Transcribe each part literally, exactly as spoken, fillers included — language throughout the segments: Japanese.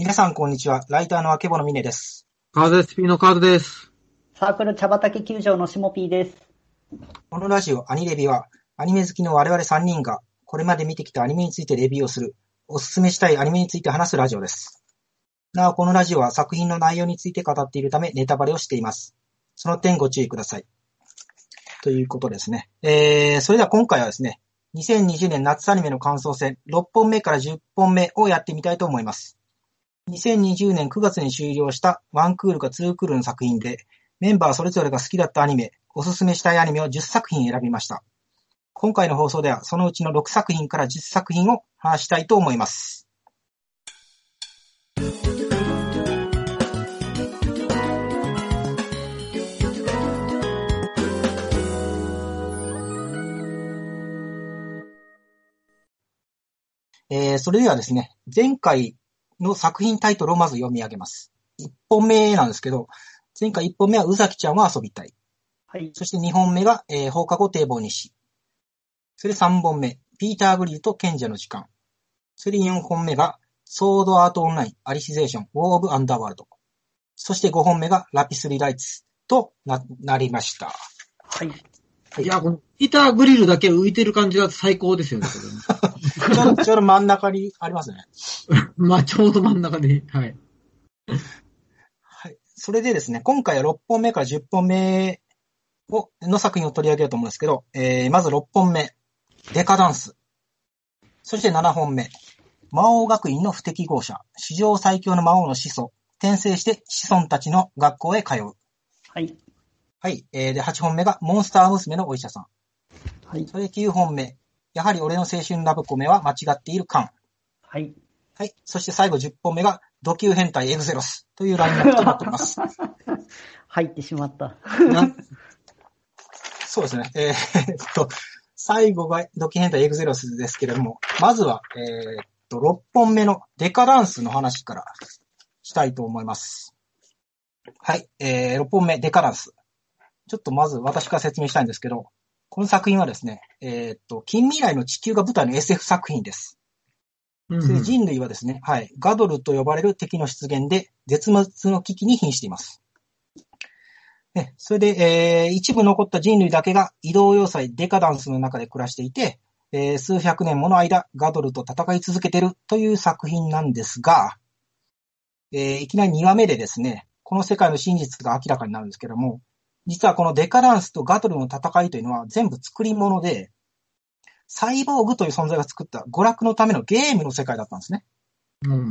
皆さんこんにちは。ライターのあけぼのみねです。 カード エスピー のカードです。 サークル茶畑球場のしもぴーです。 このラジオアニレビは、アニメ好きの我々さんにんが、これまで見てきたアニメについてレビューをする、おすすめしたいアニメについて話すラジオです。なお、このラジオは作品の内容について語っているためネタバレをしています。その点ご注意ください。ということですね。えー、それでは今回はですね、にせんにじゅうねん夏アニメの感想戦ろっぽんめからじゅっぽんめをやってみたいと思います。にせんにじゅうねんくがつに終了したワンクールかツークールの作品で、メンバーそれぞれが好きだったアニメ、おすすめしたいアニメをじゅっさくひん選びました。今回の放送ではそのうちのろくさくひんからじゅっさくひんを話したいと思います。えー、それではですね、前回の作品タイトルをまず読み上げます。いっぽんめなんですけど、前回いっぽんめは宇崎ちゃんは遊びたい。 はい。 そしてにほんめが、えー、放課後堤防西。それでさんぼんめ、ピーター・グリルと賢者の時間。それでよんほんめが、ソードアートオンライン、アリシゼーション、ウォー・オブ・アンダーワールド。そしてごほんめが、ラピスリ・ライツと な, なりました。 はい。 いや、このピーターグリルだけ浮いてる感じが最高ですよね。 ちょうど、ちょうど真ん中にありますね。 まあ、ちょうど真ん中で、はい。 はい。それでですね、今回はろっぽんめからじゅっぽんめをの作品を取り上げようと思うんですけど、えー、まずろっぽんめ、デカダンス。そしてななほんめ、魔王学院の不適合者、史上最強の魔王の始祖、転生して子孫たちの学校へ通う。 はい。 はい。えー、で、はちほんめがモンスター娘のお医者さん。 はい。 それできゅうほんめ、やはり俺の青春ラブコメは間違っているカン。 はい。 はい。そして最後じゅっぽんめがド級変態エグゼロスというラインナップとなっております。 入ってしまった。 そうですね。えー、っと、最後がド級変態エグゼロスですけれども、まずは、えー、っと、ろっぽんめのデカダンスの話からしたいと思います。はい。えー、ろっぽんめデカダンス。ちょっとまず私から説明したいんですけど、この作品はですね、えー、っと、近未来の地球が舞台の エスエフ 作品です。 うんうん、 それで人類はですね、はい、ガドルと呼ばれる敵の出現で絶滅の危機に瀕しています。ね、それで、えー、一部残った人類だけが移動要塞デカダンスの中で暮らしていて、えー、数百年もの間ガドルと戦い続けているという作品なんですが、えー、いきなりにわめでですね、この世界の真実が明らかになるんですけども、実はこのデカダンスとガドルの戦いというのは全部作り物で、サイボーグという存在が作った娯楽のためのゲームの世界だったんですね。 うんうん、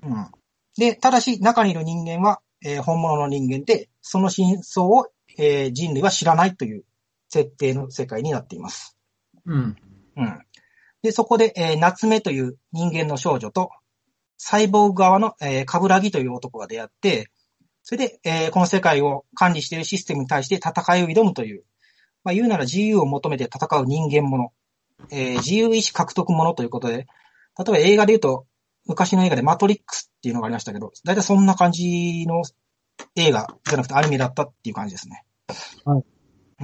で、ただし中にいる人間は、えー、本物の人間で、その真相を、えー、人類は知らないという設定の世界になっています。 うんうん、で、そこで、えー、夏目という人間の少女と、サイボーグ側の、えー、カブラギという男が出会って、それで、えー、この世界を管理しているシステムに対して戦いを挑むという、まあ、言うなら自由を求めて戦う人間もの、えー、自由意志獲得ものということで、例えば映画で言うと、昔の映画でマトリックスっていうのがありましたけど、だいたいそんな感じの映画じゃなくてアニメだったっていう感じですね。 はい。 うん。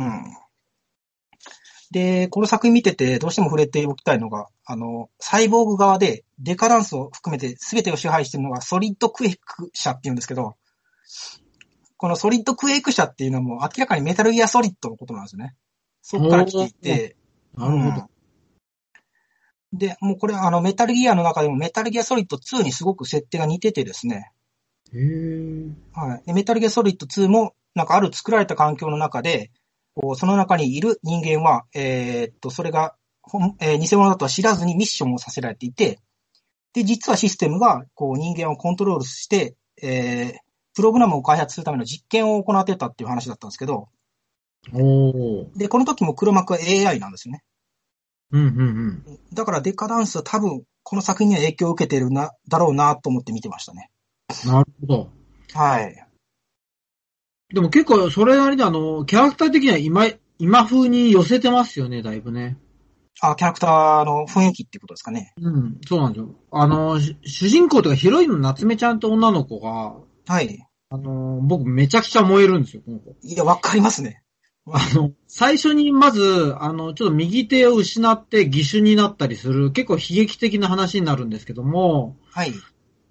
で、この作品見ててどうしても触れておきたいのが、あの、サイボーグ側でデカダンスを含めて全てを支配しているのがソリッドクエイク社っていうんですけど、このソリッドクエイク社っていうのはもう明らかにメタルギアソリッドのことなんですよね。そこから来ていて、 なるほど。 うん、で、もうこれあのメタルギアの中でもメタルギアソリッドツーにすごく設定が似ててですね。 へー。 はい。でメタルギアソリッドツーもなんかある作られた環境の中で、その中にいる人間は、えー、っと、それが、えー、偽物だとは知らずにミッションをさせられていて、で、実はシステムがこう人間をコントロールして、えー、プログラムを開発するための実験を行ってたっていう話だったんですけど、 おで、この時も黒幕は エーアイ なんですよね。 うんうんうん。 だからデカダンスは多分この作品には影響を受けてるな、だろうなと思って見てましたね。 なるほど。 はい。 でも結構それなりにあの、キャラクター的には今、今風に寄せてますよね、だいぶね。 あ、キャラクターの雰囲気っていうことですかね。 うん、そうなんですよ。あの、主人公とかヒロインの夏目ちゃんと女の子が、 はい。 あの、僕めちゃくちゃ燃えるんですよ、この子。 いや、わかりますね。 あの、最初にまず、あの、ちょっと右手を失って義手になったりする、結構悲劇的な話になるんですけども、 はい。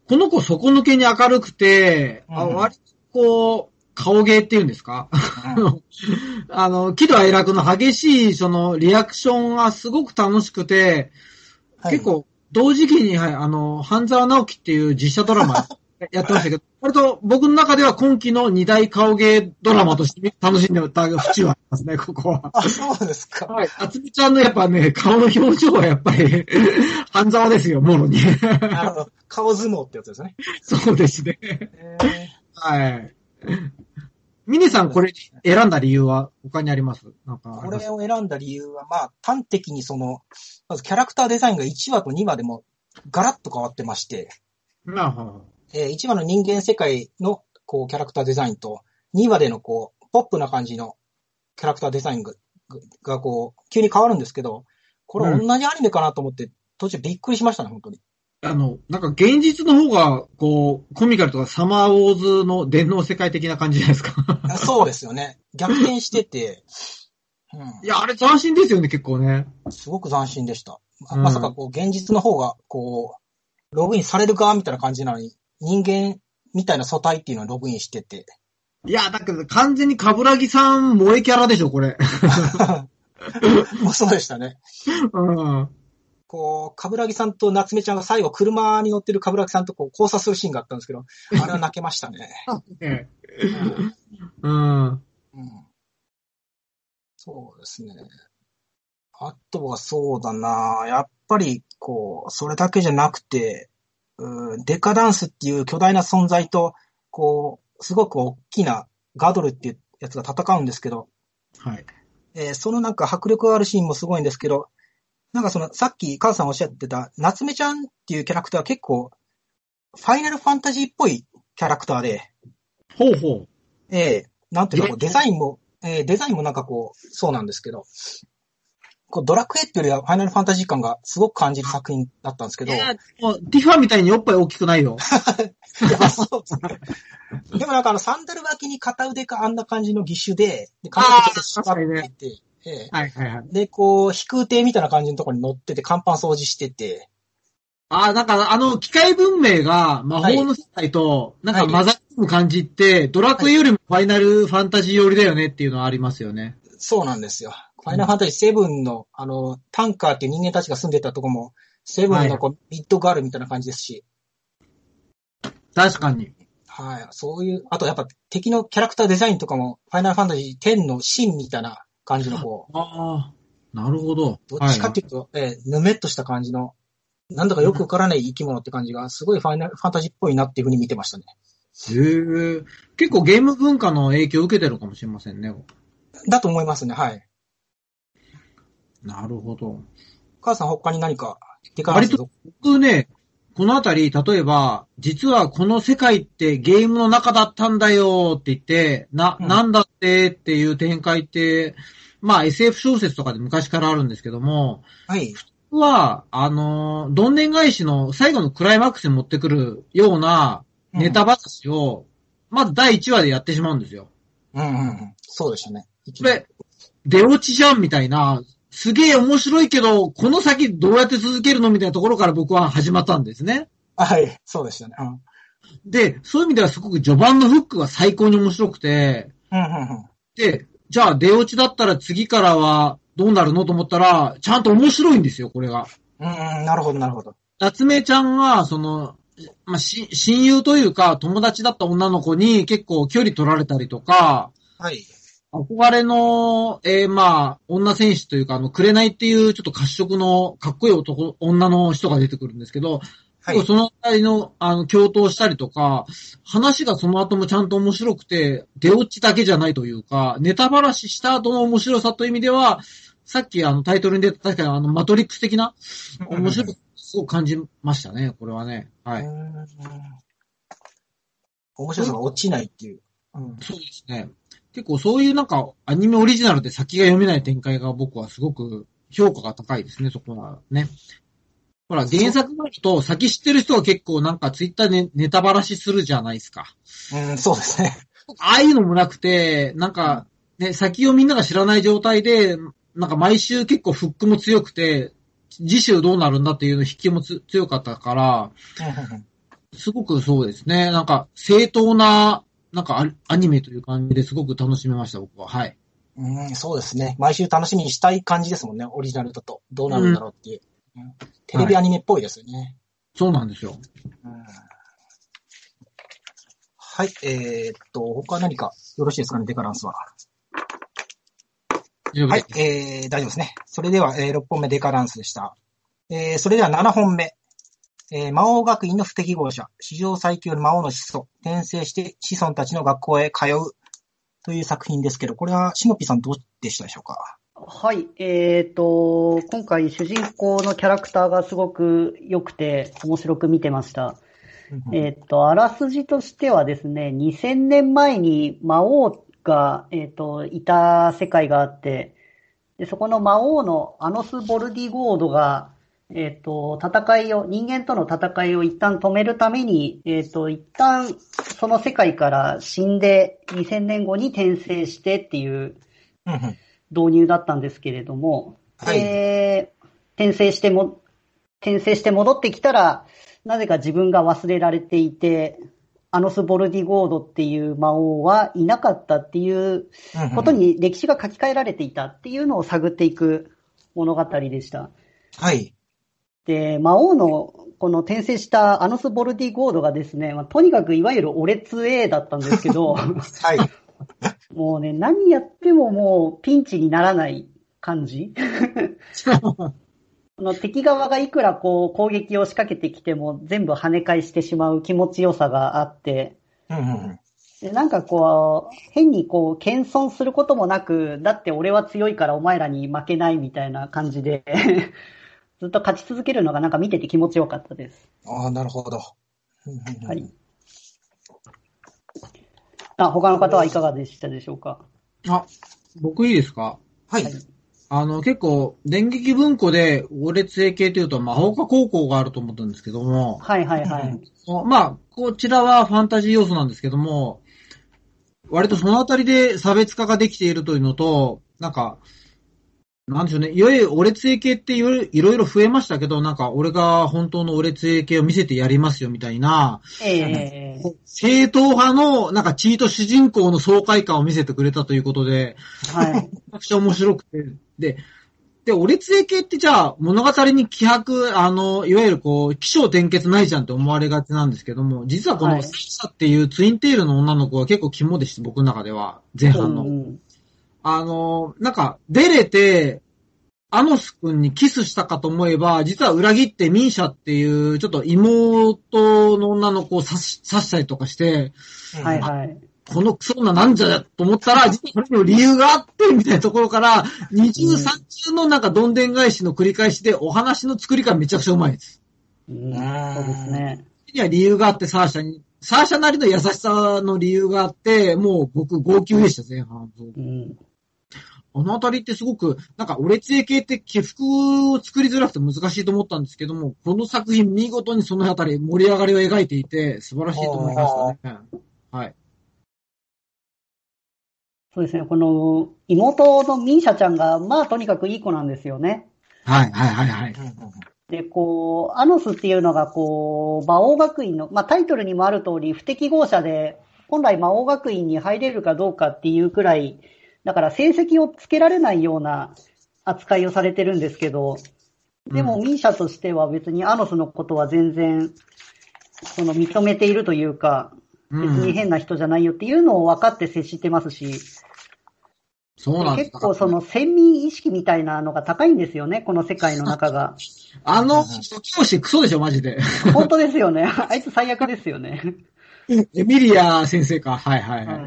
この子底抜けに明るくて、うん、あ割とこう、顔芸っていうんですか、うん、あの、喜怒哀楽の激しい、その、リアクションがすごく楽しくて、はい、結構、同時期に、はい、あの、半沢直樹っていう実写ドラマやってましたけど、割と僕の中では今期の二大顔芸ドラマとして楽しんでた節はありますね、ここは。 あ、そうですか。 はい。あつみちゃんのやっぱね、顔の表情はやっぱり、半沢ですよ、もろに。 なるほど。顔相撲ってやつですね。 そうですね。はい。ミネさんこれ選んだ理由は他にありますなんかこれを選んだ理由は、まあ、端的にその、まずキャラクターデザインがいちわとにわでもガラッと変わってまして、 なるほど。 えー、いちわの人間世界のこうキャラクターデザインと、にわでのこう、ポップな感じのキャラクターデザインが、がこう、急に変わるんですけど、これ同じアニメかなと思って、途中びっくりしましたね、本当に。 あの、なんか現実の方が、こう、コミカルとかサマーウォーズの電脳世界的な感じじゃないですか。 そうですよね。逆転してて、 うん、いや、あれ斬新ですよね、結構ね。 すごく斬新でした。うん、まさかこう、現実の方が、こう、ログインされる側みたいな感じなのに、人間みたいな素体っていうのはログインしてて。 いや、だけど完全にカブラギさん萌えキャラでしょ、これ。 もうそうでしたね。 うん。 こう、かぶらぎさんと夏目ちゃんが最後車に乗ってるかぶらぎさんとこう交差するシーンがあったんですけど、あれは泣けましたね。 うん。うん。 そうですね。あとはそうだな、やっぱりこう、それだけじゃなくて、うん、デカダンスっていう巨大な存在と、こう、すごく大きなガドルっていうやつが戦うんですけど、 はい。 えー、そのなんか迫力があるシーンもすごいんですけど、なんかその、さっきカズさんおっしゃってた、夏目ちゃんっていうキャラクターは結構、ファイナルファンタジーっぽいキャラクターで。 ほうほう。 ええー、なんていうかこう、デザインも、えー、デザインもなんかこう、そうなんですけど、こうドラクエっていうよりはファイナルファンタジー感がすごく感じる作品だったんですけど。いや、もうティファみたいにおっぱい大きくないよ。 いや、そうですね。でもなんかあの、サンダル履きに片腕かあんな感じの義手で、で、髪の毛ちょっと縛ってて、ねええ、 はいはいはい。 で、こう、飛空艇みたいな感じのところに乗ってて、甲板掃除してて。 ああ、なんかあの、機械文明が魔法の世界と、なんか混ざる感じって、はい、ドラクエよりもファイナルファンタジー寄りだよねっていうのはありますよね。 そうなんですよ。ファイナルファンタジーセブンの、あの、タンカーっていう人間たちが住んでたとこも、セブンのこう、ミッドガールみたいな感じですし。 確かに。 はい。そういう、あとやっぱ敵のキャラクターデザインとかも、ファイナルファンタジーテンのシンみたいな感じのこう。ああ、なるほど。 どっちかっていうと、はい、えー、ぬめっとした感じの、なんだかよくわからない生き物って感じが、すごいファイナルファンタジーっぽいなっていうふうに見てましたね。 へえ。結構ゲーム文化の影響を受けてるかもしれませんね。 だと思いますね、はい。 なるほど。 母さん他に何か手から割と僕ね、このあたり、例えば、実はこの世界ってゲームの中だったんだよって言って、な、うん、なんだってっていう展開って、まあ エスエフ 小説とかで昔からあるんですけども、 はい。 普通は、あの、どんでん返しの最後のクライマックスに持ってくるようなネタ話を、うん、まずだいいちわでやってしまうんですよ。 うんうんうん。そうでしたね。 これ、出落ちじゃんみたいな、すげえ面白いけど、この先どうやって続けるのみたいなところから僕は始まったんですね。 はい、そうでしたね。うん、 で、そういう意味ではすごく序盤のフックが最高に面白くて、 うんうんうん、 で、じゃあ出落ちだったら次からはどうなるのと思ったら、ちゃんと面白いんですよ、これが。 うん、なるほど、なるほど。 夏目ちゃんが、その、まあ、し、親友というか友達だった女の子に結構距離取られたりとか、 はい。 憧れの、えー、まあ、女戦士というか、あの、紅っていうちょっと褐色のかっこいい男、女の人が出てくるんですけど、はい、そのあたりの、あの、共闘したりとか、話がその後もちゃんと面白くて、出落ちだけじゃないというか、ネタばらしした後の面白さという意味では、さっきあのタイトルに出た確かにあの、マトリックス的な、面白さ、すごく感じましたね、これはね。はい。うーん、 面白さが落ちないっていう。 うん、そうですね。結構そういうなんかアニメオリジナルで先が読めない展開が僕はすごく評価が高いですね、そこはね。ほら、原作の人、先知ってる人は結構なんかツイッターでネタばらしするじゃないですか。 うん、そうですね。 ああいうのもなくて、なんかね、先をみんなが知らない状態で、なんか毎週結構フックも強くて、次週どうなるんだっていうの引きもつ強かったから、 すごくそうですね。なんか、正当な、なんかアニメという感じですごく楽しめました、僕は。はい。 うん、そうですね。毎週楽しみにしたい感じですもんね、オリジナルだと。どうなるんだろうっていう。うん、テレビアニメっぽいですよね。はい、 そうなんですよ。 うん、はい、えー、っと、他何かよろしいですかね、デカランスは。はい、えー、大丈夫ですね。それでは、えー、ろっぽんめデカランスでした。えー、それではななほんめ。えー、魔王学院の不適合者、史上最強の魔王の始祖、転生して子孫たちの学校へ通うという作品ですけど、これはシノピさんどうでしたでしょうか？ はい、えーと、今回主人公のキャラクターがすごく良くて面白く見てました。えーと、あらすじとしてはですね、にせんねんまえに魔王が、えーと、いた世界があって、で、そこの魔王のアノス・ボルディゴードが、えっと、戦いを、人間との戦いを一旦止めるために、えっと、一旦その世界から死んでにせんねんごに転生してっていう導入だったんですけれども、 はい、 えー、転生しても、転生して戻ってきたら、なぜか自分が忘れられていて、アノス・ボルディゴードっていう魔王はいなかったっていうことに歴史が書き換えられていたっていうのを探っていく物語でした。 はい。 で、魔王のこの転生したアノス・ボルディゴードがですね、まあ、とにかくいわゆるオレツ A だったんですけど、はい、もうね、何やってももうピンチにならない感じの敵側がいくらこう攻撃を仕掛けてきても全部跳ね返してしまう気持ちよさがあって、 うんうんうん、 でなんかこう、変にこう、謙遜することもなく、だって俺は強いからお前らに負けないみたいな感じで、ずっと勝ち続けるのがなんか見てて気持ちよかったです。 ああ、なるほど。 はい。あ、他の方はいかがでしたでしょうか？ あ、僕いいですか？ はい。 あの、結構、電撃文庫で、オレツエ系というと、魔法科高校があると思ったんですけども。 はいはいはい。 まあ、こちらはファンタジー要素なんですけども、割とそのあたりで差別化ができているというのと、なんか、なんでしょうね。いわゆるオレツエ系っていろいろ増えましたけど、なんか俺が本当のオレツエ系を見せてやりますよみたいな、 えー、 正統派のなんかチート主人公の爽快感を見せてくれたということで、 はい。めちゃくちゃ面白くて、で、で、オレツエ系ってじゃあ物語に気迫、あの、いわゆるこう、起承転結ないじゃんって思われがちなんですけども、実はこのサシャっていうツインテールの女の子は結構肝でして、僕の中では、前半の。うん、あの、なんか、出れて、アノス君にキスしたかと思えば、実は裏切ってミーシャっていう、ちょっと妹の女の子を刺し、刺したりとかして、 はいはい。 このクソ女なんじゃと思ったら、実はこれにも理由があって、みたいなところから、二重三重のなんかどんでん返しの繰り返しで、お話の作りがめちゃくちゃうまいです。 うん、そうですね。 には理由があって、サーシャに、サーシャなりの優しさの理由があって、もう僕号泣でした、前半。うん、あのあたりってすごく、なんか、オレツエ系って起伏を作りづらくて難しいと思ったんですけども、この作品見事にそのあたり盛り上がりを描いていて、素晴らしいと思いましたね。はい。 そうですね。この、妹のミーシャちゃんが、まあ、とにかくいい子なんですよね。 はい、はい、はい、はい。 で、こう、アノスっていうのが、こう、魔王学院の、まあ、タイトルにもある通り、不適合者で、本来魔王学院に入れるかどうかっていうくらい、だから成績をつけられないような扱いをされてるんですけど、でも、ミーシャとしては別にアノスのことは全然、その、認めているというか、別に変な人じゃないよっていうのを分かって接してますし、 そうなんです。 結構その先民意識みたいなのが高いんですよね、この世界の中が。 あの、教師クソでしょ、マジで。 本当ですよね。あいつ最悪ですよね。 エミリア先生か。はいはいはい。はい、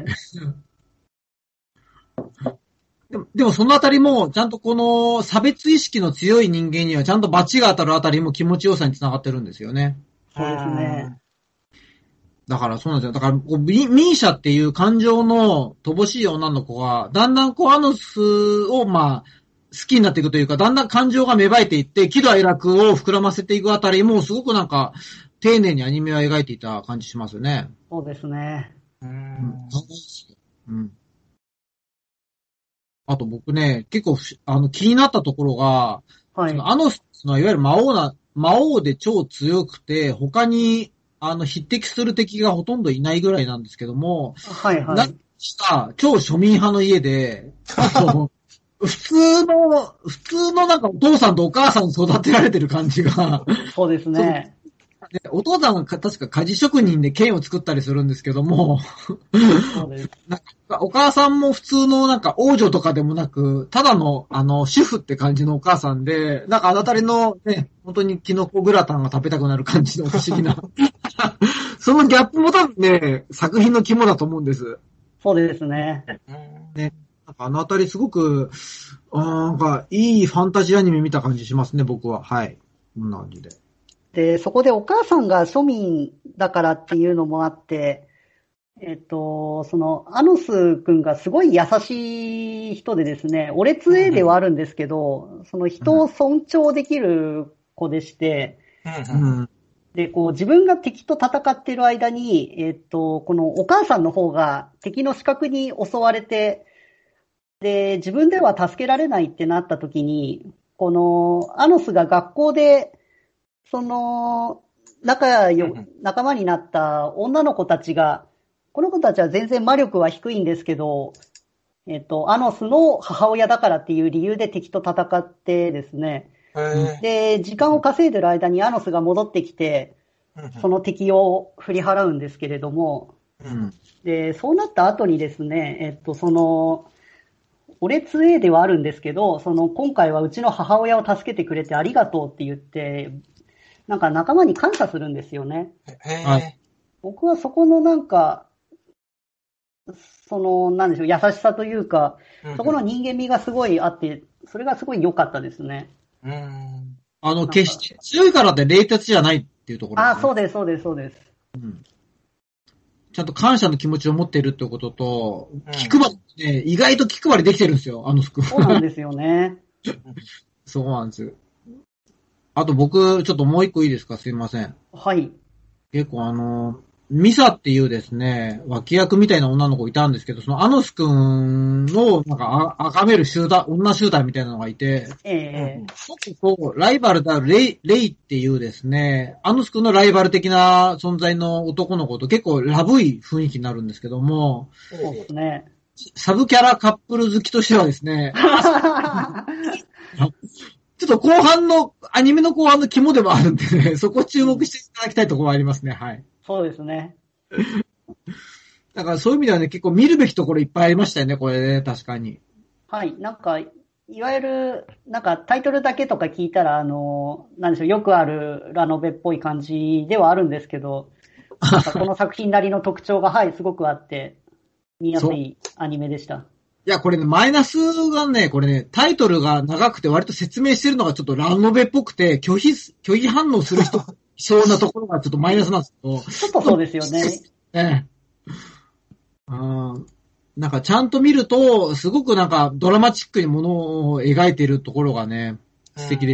でも、でもそのあたりも、ちゃんとこの差別意識の強い人間にはちゃんとバチが当たるあたりも気持ちよさにつながってるんですよね。 そうですね。 だからそうなんですよ。だから、ミーシャっていう感情の乏しい女の子が、だんだんこうアノスを、まあ、好きになっていくというか、だんだん感情が芽生えていって、喜怒哀楽を膨らませていくあたりも、すごくなんか、丁寧にアニメは描いていた感じしますよね。 そうですね。 うん。 うん。あと僕ね、結構、あの、気になったところが、はい、アノスのいわゆる魔王な、魔王で超強くて、他に、 あの、匹敵する敵がほとんどいないぐらいなんですけども、 はいはい。 なんか超庶民派の家で、普通の、普通のなんかお父さんとお母さんに育てられてる感じが。 そうですね。 でお父さんは確か鍛冶職人で剣を作ったりするんですけども、 そうです。 なんかお母さんも普通のなんか王女とかでもなく、ただのあの主婦って感じのお母さんで、なんかあなたりのね、本当にキノコグラタンが食べたくなる感じの不思議な。そのギャップも多分ね、作品の肝だと思うんです。 そうですね。 ね、なんかあのあたりすごく、なんかいいファンタジーアニメ見た感じしますね、僕は。はい。こんな感じで。 で、そこでお母さんが庶民だからっていうのもあって、えっと、その、アノス君がすごい優しい人でですね、お劣影ではあるんですけど、その人を尊重できる子でして、 うん、 で、こう自分が敵と戦っている間に、えっと、このお母さんの方が敵の死角に襲われて、で、自分では助けられないってなった時に、この、アノスが学校で、その、仲よ、仲間になった女の子たちが、この子たちは全然魔力は低いんですけど、えっと、アノスの母親だからっていう理由で敵と戦ってですね、で、時間を稼いでる間にアノスが戻ってきて、その敵を振り払うんですけれども、で、そうなった後にですね、えっと、その、お列 A ではあるんですけど、その、今回はうちの母親を助けてくれてありがとうって言って、なんか仲間に感謝するんですよね。 はい、 僕はそこのなんか、その、なんでしょう、優しさというか、そこの人間味がすごいあって、それがすごい良かったですね。 うん、 あの、決して強いからって冷徹じゃないっていうところです、ね。 あ、そうです、そうです、そうです。 うん、ちゃんと感謝の気持ちを持っているってことと、気配りね、意外と気配りできてるんですよ、あの服。 そうなんですよね。 そうなんです。あと僕、ちょっともう一個いいですか、すいません。 はい。 結構あの、ミサっていうですね、脇役みたいな女の子いたんですけど、そのアノスくんの、なんか、あ、崇める集団、女集団みたいなのがいて、 ええー、と、ライバルだ、レイ、レイっていうですね、アノスくんのライバル的な存在の男の子と結構ラブい雰囲気になるんですけども、 そうですね。 サブキャラカップル好きとしてはですね、ちょっと後半の、アニメの後半の肝でもあるんでね、そこ注目していただきたいところはありますね、はい。 そうですね。 だからそういう意味ではね、結構見るべきところいっぱいありましたよね、これね、確かに。 はい。なんか、いわゆる、なんかタイトルだけとか聞いたら、あの、なんでしょう、よくあるラノベっぽい感じではあるんですけど、なんかこの作品なりの特徴が、はい、すごくあって、見やすいアニメでした。 いや、これね、マイナスがね、これね、タイトルが長くて割と説明してるのがちょっとラノベっぽくて、拒否、拒否反応する人、いそうなところがちょっとマイナスなんですけど。 ちょっとそうですよね。 ええ。うん。なんかちゃんと見ると、すごくなんかドラマチックにものを描いているところがね、素敵です。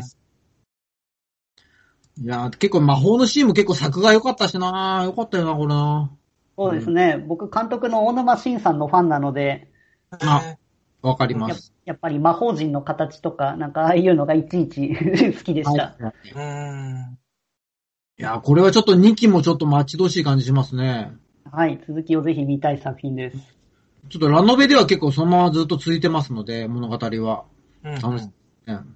いや、結構魔法のシーンも結構作画良かったしな、良かったよな、これな。 そうですね。うん、僕、監督の大沼慎さんのファンなので、 あ、わかります。 や。やっぱり魔法陣の形とか、なんかああいうのがいちいち好きでした。はい、 うんいや、これはちょっとにきもちょっと待ち遠しい感じしますね。 はい、続きをぜひ見たい作品です。 ちょっとラノベでは結構そのままずっと続いてますので、物語は。うん、楽しい、ね。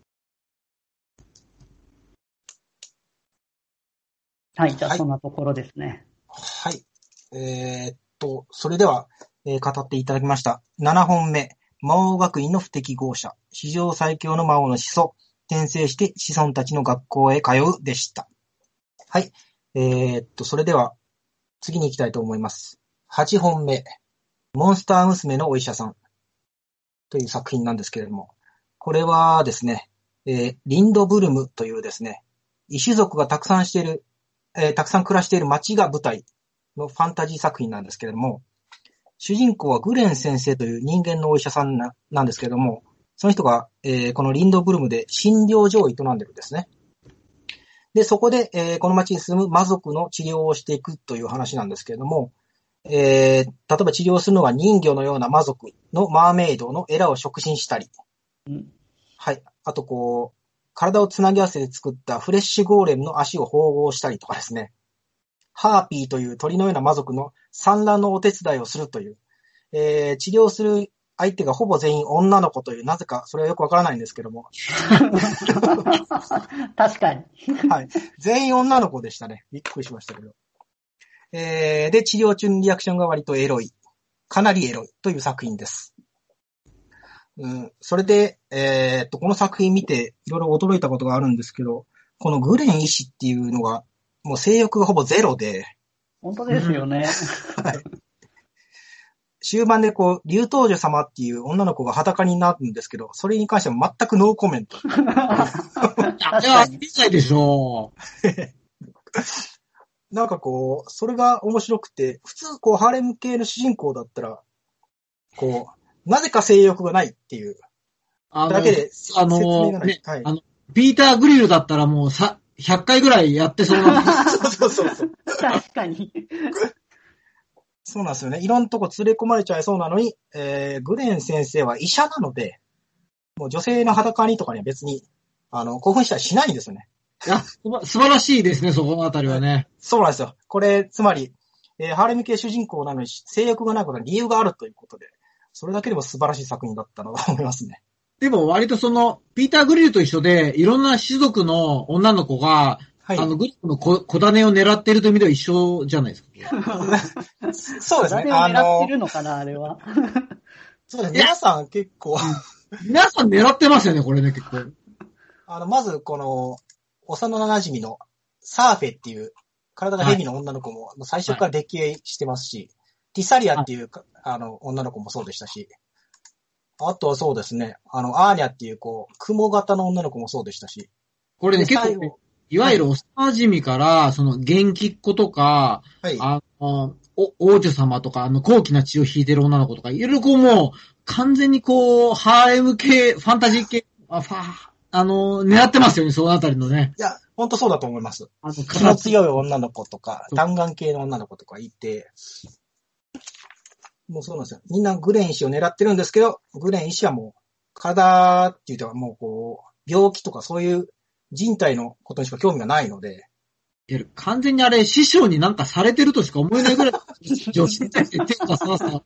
はい、じゃあそんなところですね。 はい。はい、えー、っと、それでは、えー、語っていただきました。ななほんめ、魔王学院の不適合者、史上最強の魔王の始祖、転生して子孫たちの学校へ通うでした。はい。えー、っと、それでは、次に行きたいと思います。はちほんめ、モンスター娘のお医者さんという作品なんですけれども、これはですね、えー、リンドブルムというですね、異種族がたくさんしている、えー、たくさん暮らしている街が舞台のファンタジー作品なんですけれども、主人公はグレン先生という人間のお医者さん な, なんですけれども、その人が、えー、このリンドブルムで診療所を営んでるんですね。で、そこで、えー、この町に住む魔族の治療をしていくという話なんですけれども、えー、例えば治療するのは人魚のような魔族のマーメイドのエラを触診したり、うん、はい。あとこう、体をつなぎ合わせて作ったフレッシュゴーレムの足を縫合したりとかですね。 ハーピーという鳥のような魔族の産卵のお手伝いをするという、えー、治療する相手がほぼ全員女の子という、なぜかそれはよくわからないんですけども。 確かに。 はい。全員女の子でしたね。びっくりしましたけど。えー、で、治療中のリアクションが割とエロい。かなりエロいという作品です。うん、それで、えー、っと、この作品見ていろいろ驚いたことがあるんですけど、このグレン医師っていうのが、もう性欲がほぼゼロで。 本当ですよね。 はい。終盤でこう、竜頭女様っていう女の子が裸になるんですけど、それに関しては全くノーコメント。 確かに。見ないでしょう。なんかこう、それが面白くて、普通こう、ハーレム系の主人公だったら、こう、なぜか性欲がないっていう。だけで、 あの、説明がない。ね、はい、あの、ピーター・グリルだったらもうさ、ひゃっかいぐらいやってそうな。 そうそうそう。 確かに。 そうなんですよね。いろんなとこ連れ込まれちゃいそうなのに、えー、グレン先生は医者なので、もう女性の裸にとかには別に、あの、興奮したりしないんですよね。 いや、素晴らしいですね、そこのあたりはね。 そうなんですよ。これ、つまり、えー、ハーレム系主人公なのに性欲がないことに理由があるということで、それだけでも素晴らしい作品だったなと思いますね。 でも割とその、ピーター・グリルと一緒で、いろんな種族の女の子が、はい、あの、グリルの小種を狙っているという意味では一緒じゃないですか。 そうですね。 小種を狙ってるのかな、あれは。 そうですね。皆さん結構。 皆さん狙ってますよね、これね、結構。 あの、まず、この、幼馴染のサーフェっていう、体がヘビの女の子も、最初から溺愛してますし、はい、ティサリアっていう、あの、女の子もそうでしたし、あとはそうですね、あの、アーニャっていう、こう、雲型の女の子もそうでしたし。 これね、結構、ね、いわゆる幼馴染から、その、元気っ子とか、はい、あの、王女様とか、あの、高貴な血を引いてる女の子とか、いろいろこうもう、完全にこう、ハーレム系、ファンタジー系、あ、ファあの、狙ってますよね、そのあたりのね。 いや、ほんとそうだと思います。あの、気の強い女の子とか、弾丸系の女の子とかいて、もうそうなんですよ。みんなグレン医師を狙ってるんですけど、グレン医師はもう、体っていうともうこう、病気とかそういう人体のことにしか興味がないので。 完全にあれ、師匠になんかされてるとしか思えないぐらい、女子に対して手を出さなさ。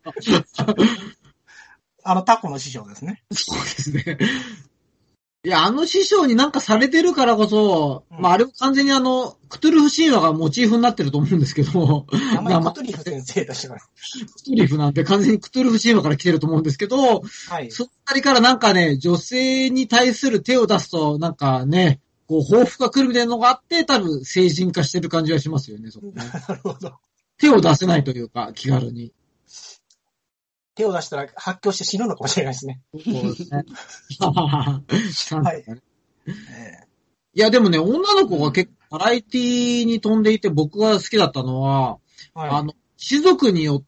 あの、タコの師匠ですね。 そうですね。いや、あの師匠になんかされてるからこそ、うん、まあ、あれも完全にあの、クトゥルフ神話がモチーフになってると思うんですけど。 名前クトゥリフ先生だしから。 クトゥリフなんて完全にクトゥルフ神話から来てると思うんですけど、はい。そのあたりからなんかね、女性に対する手を出すと、なんかね、こう、報復が来るみたいなのがあって、多分、成人化してる感じはしますよね、そこね。 なるほど。 手を出せないというか、気軽に。 手を出したら発狂して死ぬのかもしれないですね。 そうですね。はい。いや、でもね、女の子が結構バラエティに飛んでいて僕が好きだったのは、はい、あの、種族によって、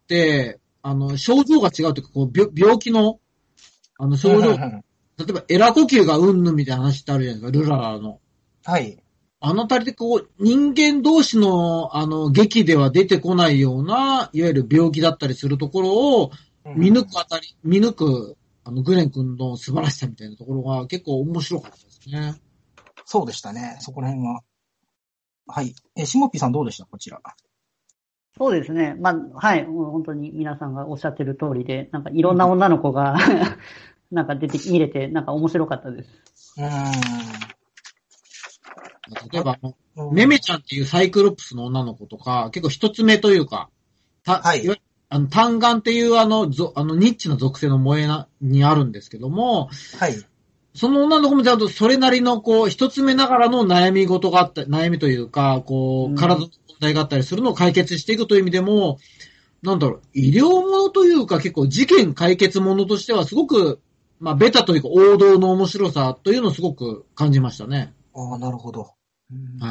あの、症状が違うというか、こう、病、病気の、あの、症状、例えば、エラ呼吸がうんぬんみたいな話ってあるじゃないですか、ルララの。 はい。 あのあたりでこう、人間同士の、あの、劇では出てこないような、いわゆる病気だったりするところを、見抜くあたり、見抜く、あの、グレン君の素晴らしさみたいなところが結構面白かったですね。 そうでしたね、そこら辺は。はい。え、シモピーさんどうでしたこちら。 そうですね。まあ、はい。本当に皆さんがおっしゃってる通りで、なんかいろんな女の子が、うん、なんか出て、見れて、なんか面白かったです。うーん。 例えば、メメちゃんっていうサイクロプスの女の子とか、結構一つ目というか、た、はい。いわゆるあの、単眼っていうあの、ぞ、あの、ニッチな属性の萌えな、にあるんですけども、 はい。 その女の子もちゃんとそれなりの、こう、一つ目ながらの悩み事があった、悩みというか、こう、体の問題があったりするのを解決していくという意味でも、なんだろう、医療ものというか結構事件解決ものとしてはすごく、まあ、ベタというか王道の面白さというのをすごく感じましたね。 ああ、なるほど。 はい。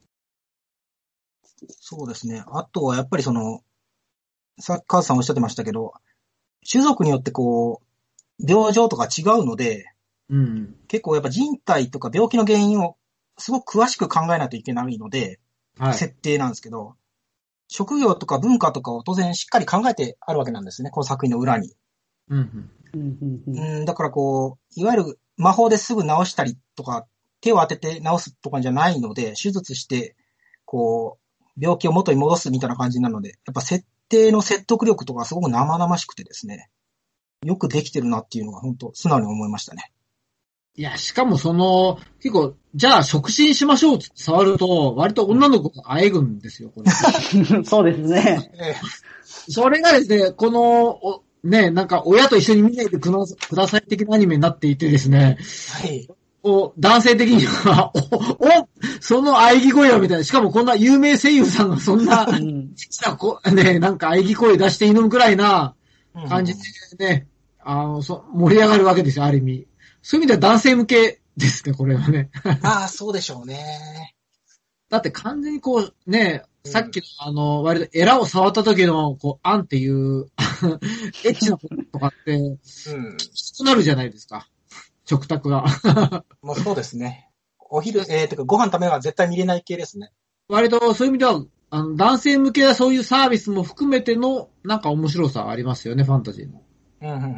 そうですね。あとはやっぱりその、さっきカズさんおっしゃってましたけど、種族によってこう、病状とか違うので、 うん、 結構やっぱ人体とか病気の原因をすごく詳しく考えないといけないので、はい、設定なんですけど、職業とか文化とかを当然しっかり考えてあるわけなんですね、この作品の裏に。 うんうん、 うんだからこう、いわゆる魔法ですぐ治したりとか、手を当てて治すとかじゃないので、手術して、こう、 病気を元に戻すみたいな感じなので、やっぱ設定の説得力とかすごく生々しくてですね、よくできてるなっていうのが本当素直に思いましたね。 いや、しかもその、結構、じゃあ触診しましょうって触ると、割と女の子があえぐんですよ、これ。 そうですね。 それがですね、この、おね、なんか親と一緒に見ないでくだください的なアニメになっていてですね、 はい。 お男性的には、お、お、その喘ぎ声をみたいな、しかもこんな有名声優さんがそんな、 うん、 こね、なんか喘ぎ声出していいのぐらいな感じでね、うん、あのそ、盛り上がるわけですよ、ある意味。そういう意味では男性向けですね、これはね。 ああ、そうでしょうね。 だって完全にこう、ね、さっきのあの、割とエラを触った時の、こう、アンっていう、エッチなこととかって、うん。きつくなるじゃないですか。食卓が。 もうそうですね。お昼、えー、てかご飯食べは絶対見れない系ですね。 割とそういう意味では、あの、男性向けなそういうサービスも含めての、なんか面白さありますよね、ファンタジーの。 うん、うん、うん。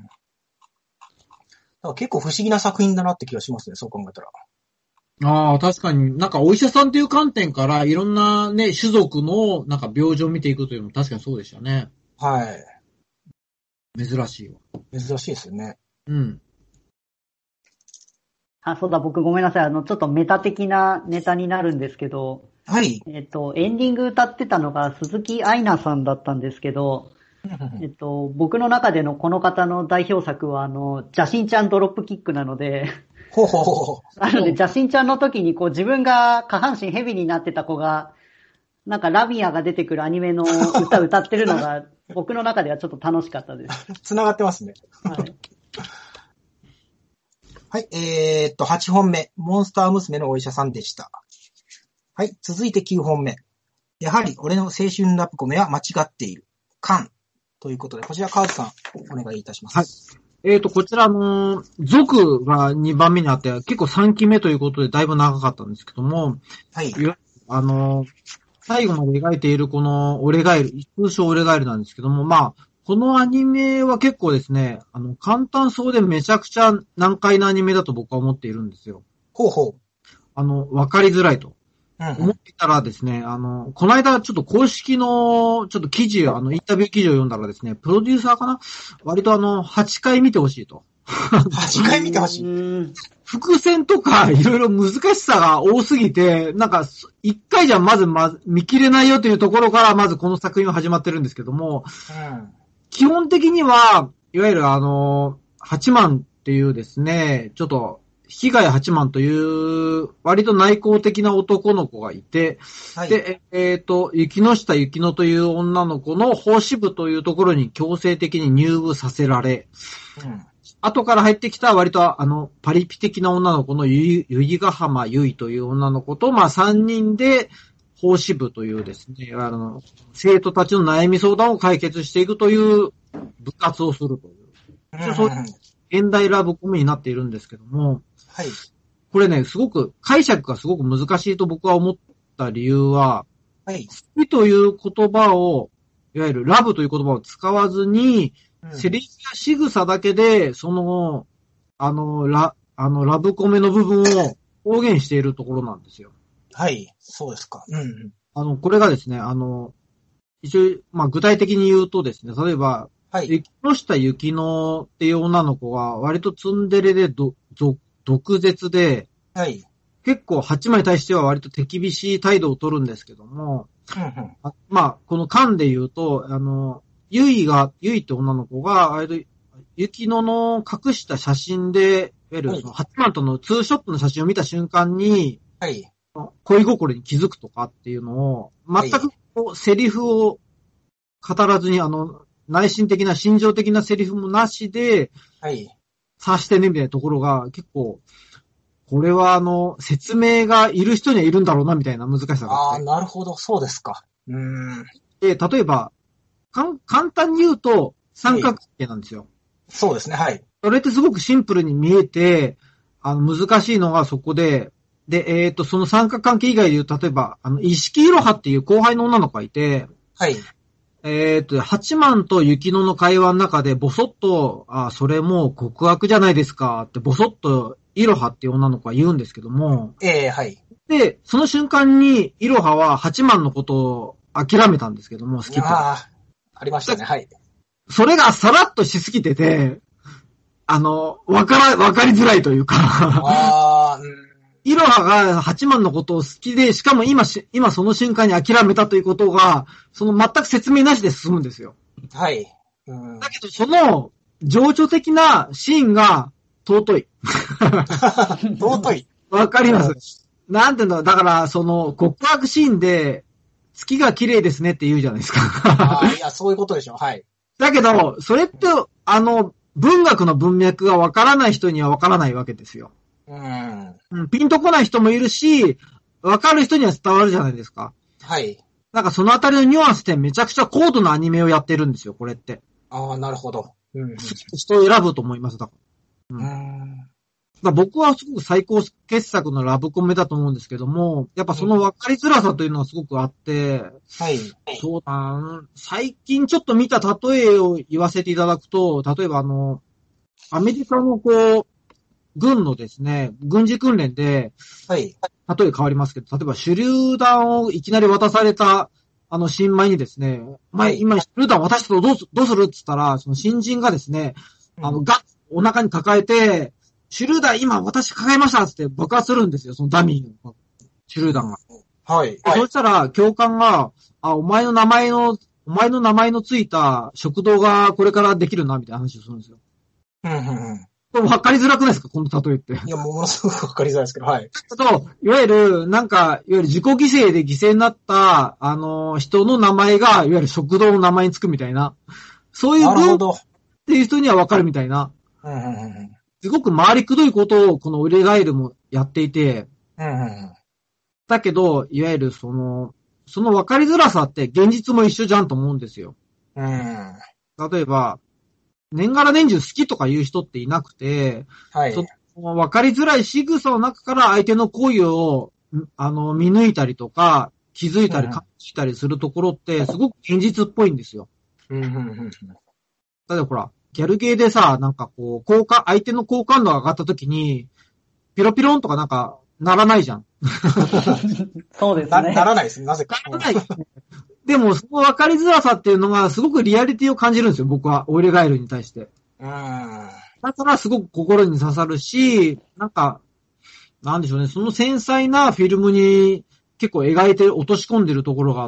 結構不思議な作品だなって気がしますね、そう考えたら。 ああ、確かに、なんかお医者さんという観点からいろんなね、種族のなんか病状を見ていくというのも確かにそうでしたね。 はい。 珍しいわ。 珍しいですよね。 うん。 あ、そうだ、僕ごめんなさい。あの、ちょっとメタ的なネタになるんですけど。 はい。 えっと、エンディング歌ってたのが鈴木愛菜さんだったんですけど、えっと、僕の中でのこの方の代表作は、あの、邪神ちゃんドロップキックなので、 ほうほうほう。 なので、邪神ちゃんの時に、こう、自分が下半身ヘビになってた子が、なんかラビアが出てくるアニメの歌歌ってるのが、僕の中ではちょっと楽しかったです。 繋がってますね。 はい。 はい、えー、っと、はちほんめ、モンスター娘のお医者さんでした。はい、続いてきゅうほんめ。やはり、俺の青春ラブコメは間違っている。カン。ということで、こちら、川津さん、お願いいたします。 はい。えっ、ー、と、こちらの、族がにばんめにあって、結構さんきめということで、だいぶ長かったんですけども、 はい。 あの、最後まで描いているこの、オレガエル、通称オレガエルなんですけども、まあ、このアニメは結構ですね、あの、簡単そうでめちゃくちゃ難解なアニメだと僕は思っているんですよ。 ほうほう。 あの、わかりづらいと。 うんうん、 思ってたらですね、あの、この間ちょっと公式の、ちょっと記事、あの、インタビュー記事を読んだらですね、プロデューサーかな割とあの、はちかい見てほしいと。 はちかい見てほしい。 伏線とかいろいろ難しさが多すぎて、なんか、いっかいじゃまずまず見切れないよというところからまずこの作品は始まってるんですけども、うん、基本的には、いわゆるあの、はちまんっていうですね、ちょっと、被害はちまんという、割と内向的な男の子がいて、はい、で、えっ、ー、と、雪の下雪乃という女の子の奉仕部というところに強制的に入部させられ、うん、後から入ってきた割とあの、パリピ的な女の子のゆいがはまゆいという女の子と、まあさんにんで、奉仕部というですね、あの、生徒たちの悩み相談を解決していくという部活をするという。うん、そういう現代ラブコメになっているんですけども、はい。これね、すごく、解釈がすごく難しいと僕は思った理由は、はい。好きという言葉を、いわゆるラブという言葉を使わずに、うん、セリフや仕草だけで、その、あの、ラ、あの、ラブコメの部分を表現しているところなんですよ。 はい。そうですか。うん。 あの、これがですね、あの、一応、まあ、具体的に言うとですね、例えば、はい。雪の下雪乃っていう女の子は、割とツンデレでど、ど、毒舌で、はい。結構はちまいに対しては割と手厳しい態度を取るんですけども、うんうん、あまあ、この間で言うと、あの、ゆいが、ゆいって女の子が、割と、雪乃の隠した写真で、いわゆるそのはちまんとのツーショットの写真を見た瞬間に、はい。恋心に気づくとかっていうのを、全くこうセリフを語らずに、あの、内心的な、心情的なセリフもなしで、はい。察してね、みたいなところが結構、これはあの、説明がいる人にはいるんだろうな、みたいな難しさがあって。 ああ、なるほど、そうですか。うーん。 で、例えば、かん、簡単に言うと、三角形なんですよ、はい。 そうですね、はい。 それってすごくシンプルに見えて、あの、難しいのがそこで、で、えっと、その三角関係以外で言う、例えば、あの、石木いろはっていう後輩の女の子がいて、はい。えっと、八幡と雪乃の会話の中で、ボソッと、あ、それもう告白じゃないですかって、ボソッと、いろはっていう女の子は言うんですけども、 ええー、はい。 で、その瞬間に、イロハは八幡のことを諦めたんですけども、好きって。 ああ、ありましたね、はい。 それがさらっとしすぎてて、あの、わから、わかりづらいというか。ああ、うん。イロハが八幡のことを好きで、しかも今し、今その瞬間に諦めたということが、その全く説明なしで進むんですよ。 はい。 うん、だけど、その、情緒的なシーンが尊い。 尊い。 わかります。なんていうんだ、だから、その、告白シーンで、月が綺麗ですねって言うじゃないですか。 ああ、いや、そういうことでしょ、はい。 だけど、それって、あの、文学の文脈がわからない人にはわからないわけですよ。うん。ピンとこない人もいるし、わかる人には伝わるじゃないですか。 はい。 なんかそのあたりのニュアンスってめちゃくちゃ高度なアニメをやってるんですよ、これって。 ああ、なるほど。 うん、人を選ぶと思います、だから。うん。うんだ僕はすごく最高傑作のラブコメだと思うんですけども、やっぱその分かりづらさというのがすごくあって、うん、はい。そうだ、最近ちょっと見た例えを言わせていただくと、例えばあの、アメリカのこう、軍のですね、軍事訓練で、はい。例え変わりますけど、例えば手榴弾をいきなり渡された、あの新米にですね、お前、はい、今手榴弾渡したとどうす、どうするって言ったら、その新人がですね、あの、ガッ、お腹に抱えて、手榴弾今私抱えましたって爆発するんですよ、そのダミーの手榴弾が。はい。そしたら、教官が、あ、お前の名前の、お前の名前のついた食堂がこれからできるな、みたいな話をするんですよ。うんうんうん。これ分かりづらくないですかこの例えって。 いや、ものすごく分かりづらいですけど、はい。 あと、いわゆる、なんか、いわゆる自己犠牲で犠牲になった、あの、人の名前が、いわゆる食堂の名前につくみたいな。そういう文っていう人には分かるみたいな。うんうんうん。すごく回りくどいことをこのウレガエルもやっていて、うんうんうん、だけど、いわゆるその、その分かりづらさって現実も一緒じゃんと思うんですよ。うん、例えば、年がら年中好きとか言う人っていなくて、はい、その分かりづらい仕草の中から相手の行為をあの見抜いたりとか、気づいたり感じたりするところってすごく現実っぽいんですよ。うんうんうん、だってほら、ギャルゲーでさ、なんかこう、好感、相手の好感度が上がった時に、ピロピロンとかなんか、ならないじゃん。 そうですね。 な、ならないです。なぜか。 ならない。でも、その分かりづらさっていうのが、すごくリアリティを感じるんですよ、僕は。オイレガエルに対して。うん。だから、すごく心に刺さるし、なんか、なんでしょうね、その繊細なフィルムに結構描いて、落とし込んでるところがあって、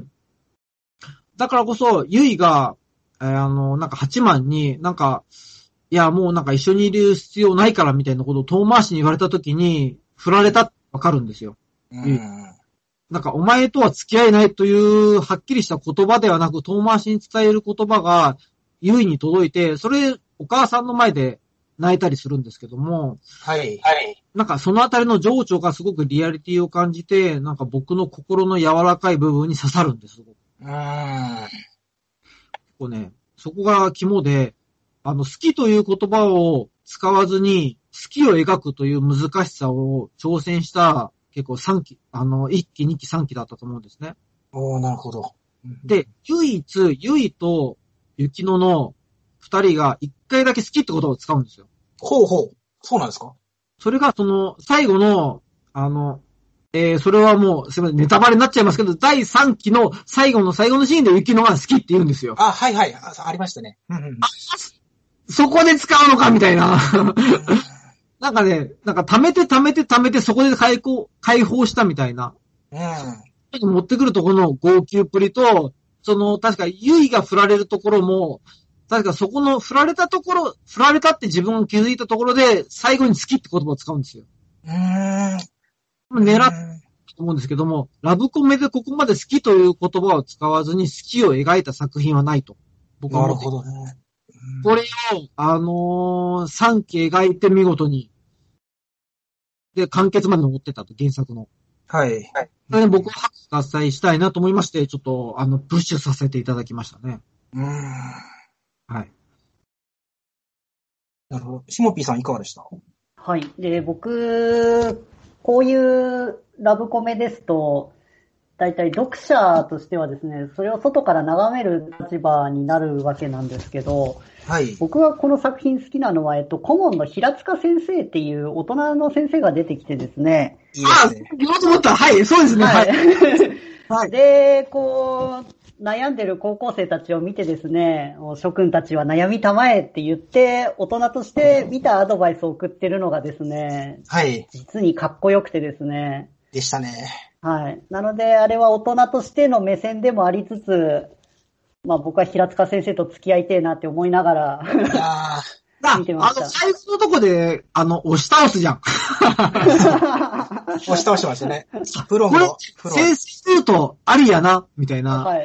だからこそ、ユイが、えー、あの、なんか八幡に、なんか、いや、もうなんか一緒にいる必要ないからみたいなことを遠回しに言われたときに、振られたってわかるんですよ。うん。なんか、お前とは付き合えないという、はっきりした言葉ではなく、遠回しに伝える言葉が、ユイに届いて、それ、お母さんの前で泣いたりするんですけども、はい。はい。なんか、そのあたりの情緒がすごくリアリティを感じて、なんか僕の心の柔らかい部分に刺さるんです。うーん。こうね、そこが肝で、あの、好きという言葉を使わずに、好きを描くという難しさを挑戦した、結構さんき、あの、いっき、にき、さんきだったと思うんですね。 おー、なるほど。 で、唯一、ゆいと雪乃の二人が一回だけ好きって言葉を使うんですよ。 ほうほう。そうなんですか？ それがその、最後の、あの、えー、それはもう、すみません、ネタバレになっちゃいますけど、だいさんきの最後の最後のシーンで雪乃が好きって言うんですよ。 あ、はいはい。あ、ありましたね。うんうん、あ、 そこで使うのかみたいな。なんかね、なんか溜めて溜めて溜めてそこで解放、解放したみたいな。うん。ちょっと持ってくるところの号泣っぷりと、その、確か、ゆいが振られるところも、確かそこの振られたところ、振られたって自分が気づいたところで、最後に好きって言葉を使うんですよ。うーん。狙ったと思うんですけども、ラブコメでここまで好きという言葉を使わずに好きを描いた作品はないと。僕は思っています。なるほどね。これを、あのー、さんき描いて見事に、で、完結まで残ってたと、原作の。はい。それで僕は拍手喝采したいなと思いまして、ちょっと、あの、プッシュさせていただきましたね。うーん。はい。 なるほど。シモピーさんいかがでした？ はい。で、僕、こういうラブコメですと、 だいたい読者としてはですね、それを外から眺める立場になるわけなんですけど、 はい。 僕がこの作品好きなのは、えっと、顧問の平塚先生っていう大人の先生が出てきてですね。 いいですね。 あ、言おうと思った。はい、そうですね。はい。 はい、で、こう、悩んでる高校生たちを見てですね、諸君たちは悩みたまえって言って、大人として見たアドバイスを送ってるのがですね、 はい。 実にかっこよくてですね。 でしたね。 はい。なので、あれは大人としての目線でもありつつ、まあ僕は平塚先生と付き合いてえなって思いながら、 いやー見てました。 あの、最初のとこで、あの、押し倒すじゃん。 押し倒してましたね。プロの、プロ。 先生言うと、ありやな、みたいな。 はい。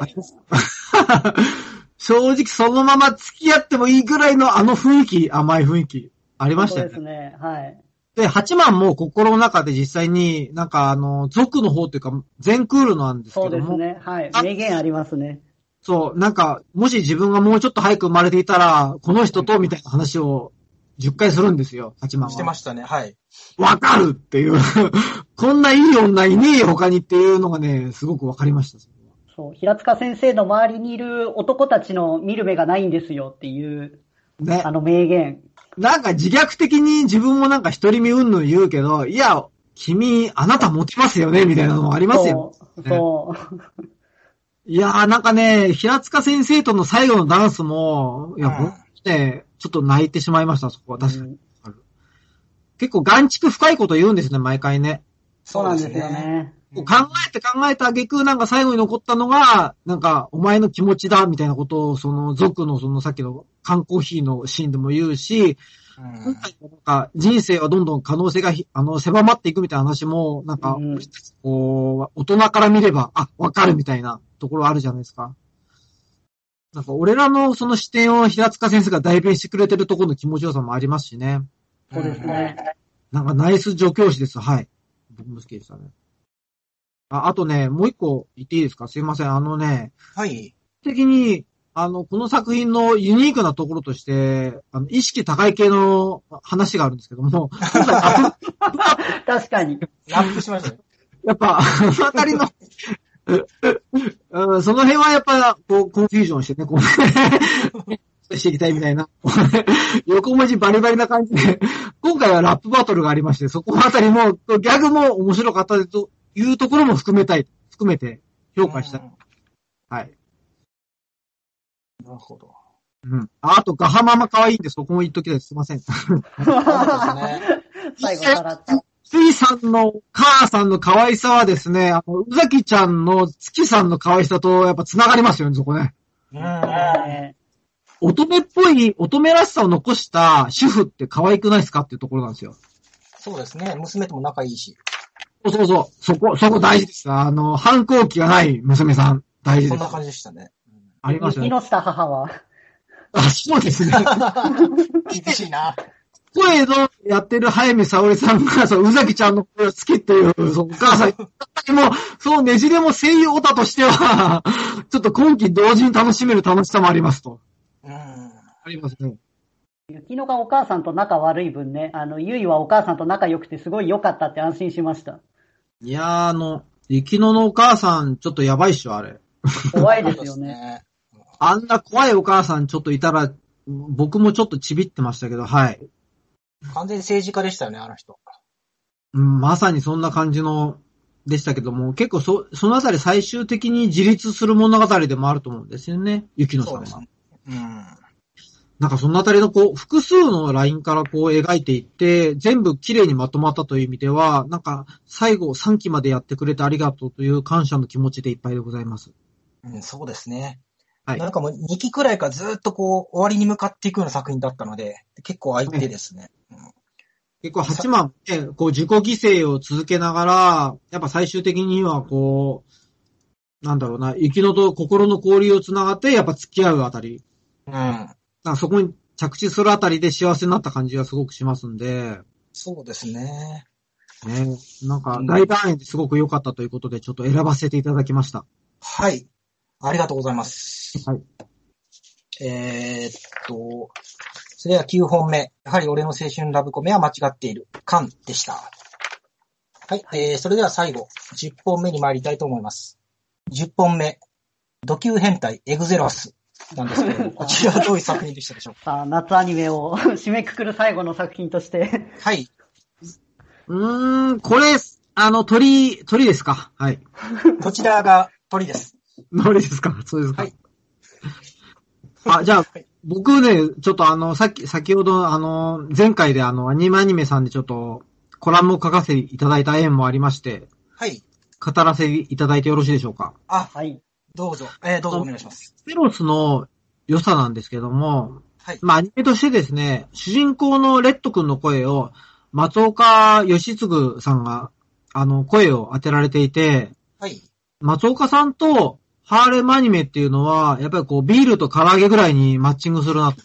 正直そのまま付き合ってもいいぐらいのあの雰囲気、甘い雰囲気、ありましたよね。 そうですね。はい。 で、八幡も心の中で実際に、なんかあの、族の方っていうか、全クールなんですけども。 そうですね。はい。名言ありますね。 そう、なんか、もし自分がもうちょっと早く生まれていたら、この人と、みたいな話をじゅっかいするんですよ、八幡は。 してましたね、はい。 わかるっていう。こんないい女いねえよ、他にっていうのがね、すごくわかりました。 そう、平塚先生の周りにいる男たちの見る目がないんですよっていう、ね、あの名言。 なんか自虐的に自分もなんか独り身うんぬん言うけど、いや、君、あなたモテますよね、みたいなのもありますよ。 そう、そう。 いやーなんかね、平塚先生との最後のダンスも、いや、ほんとね、ちょっと泣いてしまいました、そこは。確かに。うん、結構、眼蓄深いこと言うんですね、毎回ね。 そうなんですよね。 考えて考えた挙句、なんか最後に残ったのが、なんか、お前の気持ちだ、みたいなことを、その、族のそのさっきの缶コーヒーのシーンでも言うし、うん、今回なんか、人生はどんどん可能性が、あの、狭まっていくみたいな話も、なんか、うん、こう、大人から見れば、あ、わかるみたいなところあるじゃないですか。なんか、俺らのその視点を平塚先生が代弁してくれてるところの気持ちよさもありますしね。 そうですね。 なんか、ナイス助教師です。はい。僕も好きでしたね。あ、あとね、もう一個言っていいですか？すいません。あのね。 はい。 的に、あの、この作品のユニークなところとして、あの、意識高い系の話があるんですけども。 確かに。 ラップしましたね。 やっぱ、あのあたりの、うん、その辺はやっぱ、こう、コンフュージョンしてね、こう、していきたいみたいな。横文字バリバリな感じで、今回はラップバトルがありまして、そこのあたりも、ギャグも面白かったというところも含めたい、含めて評価したい。はい。 なるほど。 うん。あと、ガハママ可愛いんで、そこも言っときたいです。すいません。 そうですね。最後さらった。 ついさんの母さんの可愛さはですね、あの、うざきちゃんの月さんの可愛さとやっぱ繋がりますよね、そこね。 うん。 乙女っぽい、乙女らしさを残した主婦って可愛くないですかっていうところなんですよ。 そうですね。娘とも仲いいし。 そうそうそう。そこ、そこ大事です。あの、反抗期がない娘さん、大事です。 そんな感じでしたね。 ありますよね。 木下母は。 あ、そうですね。 厳しいな。 声のやってる早見沙織さんが、そう、うざきちゃんの声を好きっていう、そう、お母さん。でも、そのねじれも声優オタとしては、ちょっと今期同時に楽しめる楽しさもありますと。 うん。ありますね。 雪乃がお母さんと仲悪い分ね、あの、ゆいはお母さんと仲良くてすごい良かったって安心しました。 いやー、あの、雪乃のお母さん、ちょっとやばいっしょ、あれ。 怖いですよね。 あんな怖いお母さんちょっといたら、僕もちょっとちびってましたけど、はい。 完全に政治家でしたよね、あの人。 うん、まさにそんな感じの、でしたけども、結構そ、そのあたり最終的に自立する物語でもあると思うんですよね、雪乃さんは。そうですね。うん。なんかそのあたりのこう、複数のラインからこう描いていって、全部綺麗にまとまったという意味では、なんか最後さんきまでやってくれてありがとうという感謝の気持ちでいっぱいでございます。 うん、そうですね。 はい。 なんかもうにきくらいからずっとこう、終わりに向かっていくような作品だったので、結構相手ですね。はい、うん、 結構八幡ね、こう自己犠牲を続けながら、やっぱ最終的にはこう、なんだろうな、雪乃と心の交流をつながって、やっぱ付き合うあたり。 うん。 そこに着地するあたりで幸せになった感じがすごくしますんで。 そうですね。 ね、なんか大団円ですごく良かったということで、ちょっと選ばせていただきました。 はい。ありがとうございます。 はい。 えー、っと、それではきゅうほんめ。やはり俺の青春ラブコメは間違っている。カンでした。はい。えー、それでは最後、じゅっぽんめに参りたいと思います。 じゅっぽんめ、ド級変態エグゼロスなんですけど、こちらはどういう作品でしたでしょうか？ さあ、夏アニメを締めくくる最後の作品として。 はい。 うーん、これ、あの、鳥、鳥ですか？はい。 こちらが鳥です。 鳥ですか？そうですか。 はい。 あ、じゃあ、はい、僕ね、ちょっとあの、さっき、先ほど、あの、前回であの、アニメアニメさんでちょっと、コラムを書かせていただいた縁もありまして、 はい。 語らせていただいてよろしいでしょうか？ あ、はい。どうぞ、えー、どうぞお願いします。 ステロスの良さなんですけども、 はい。 まあ、アニメとしてですね、主人公のレッド君の声を、松岡義嗣さんが、あの、声を当てられていて、 はい。 松岡さんと、ハーレムアニメっていうのは、やっぱりこう、ビールと唐揚げぐらいにマッチングするなと。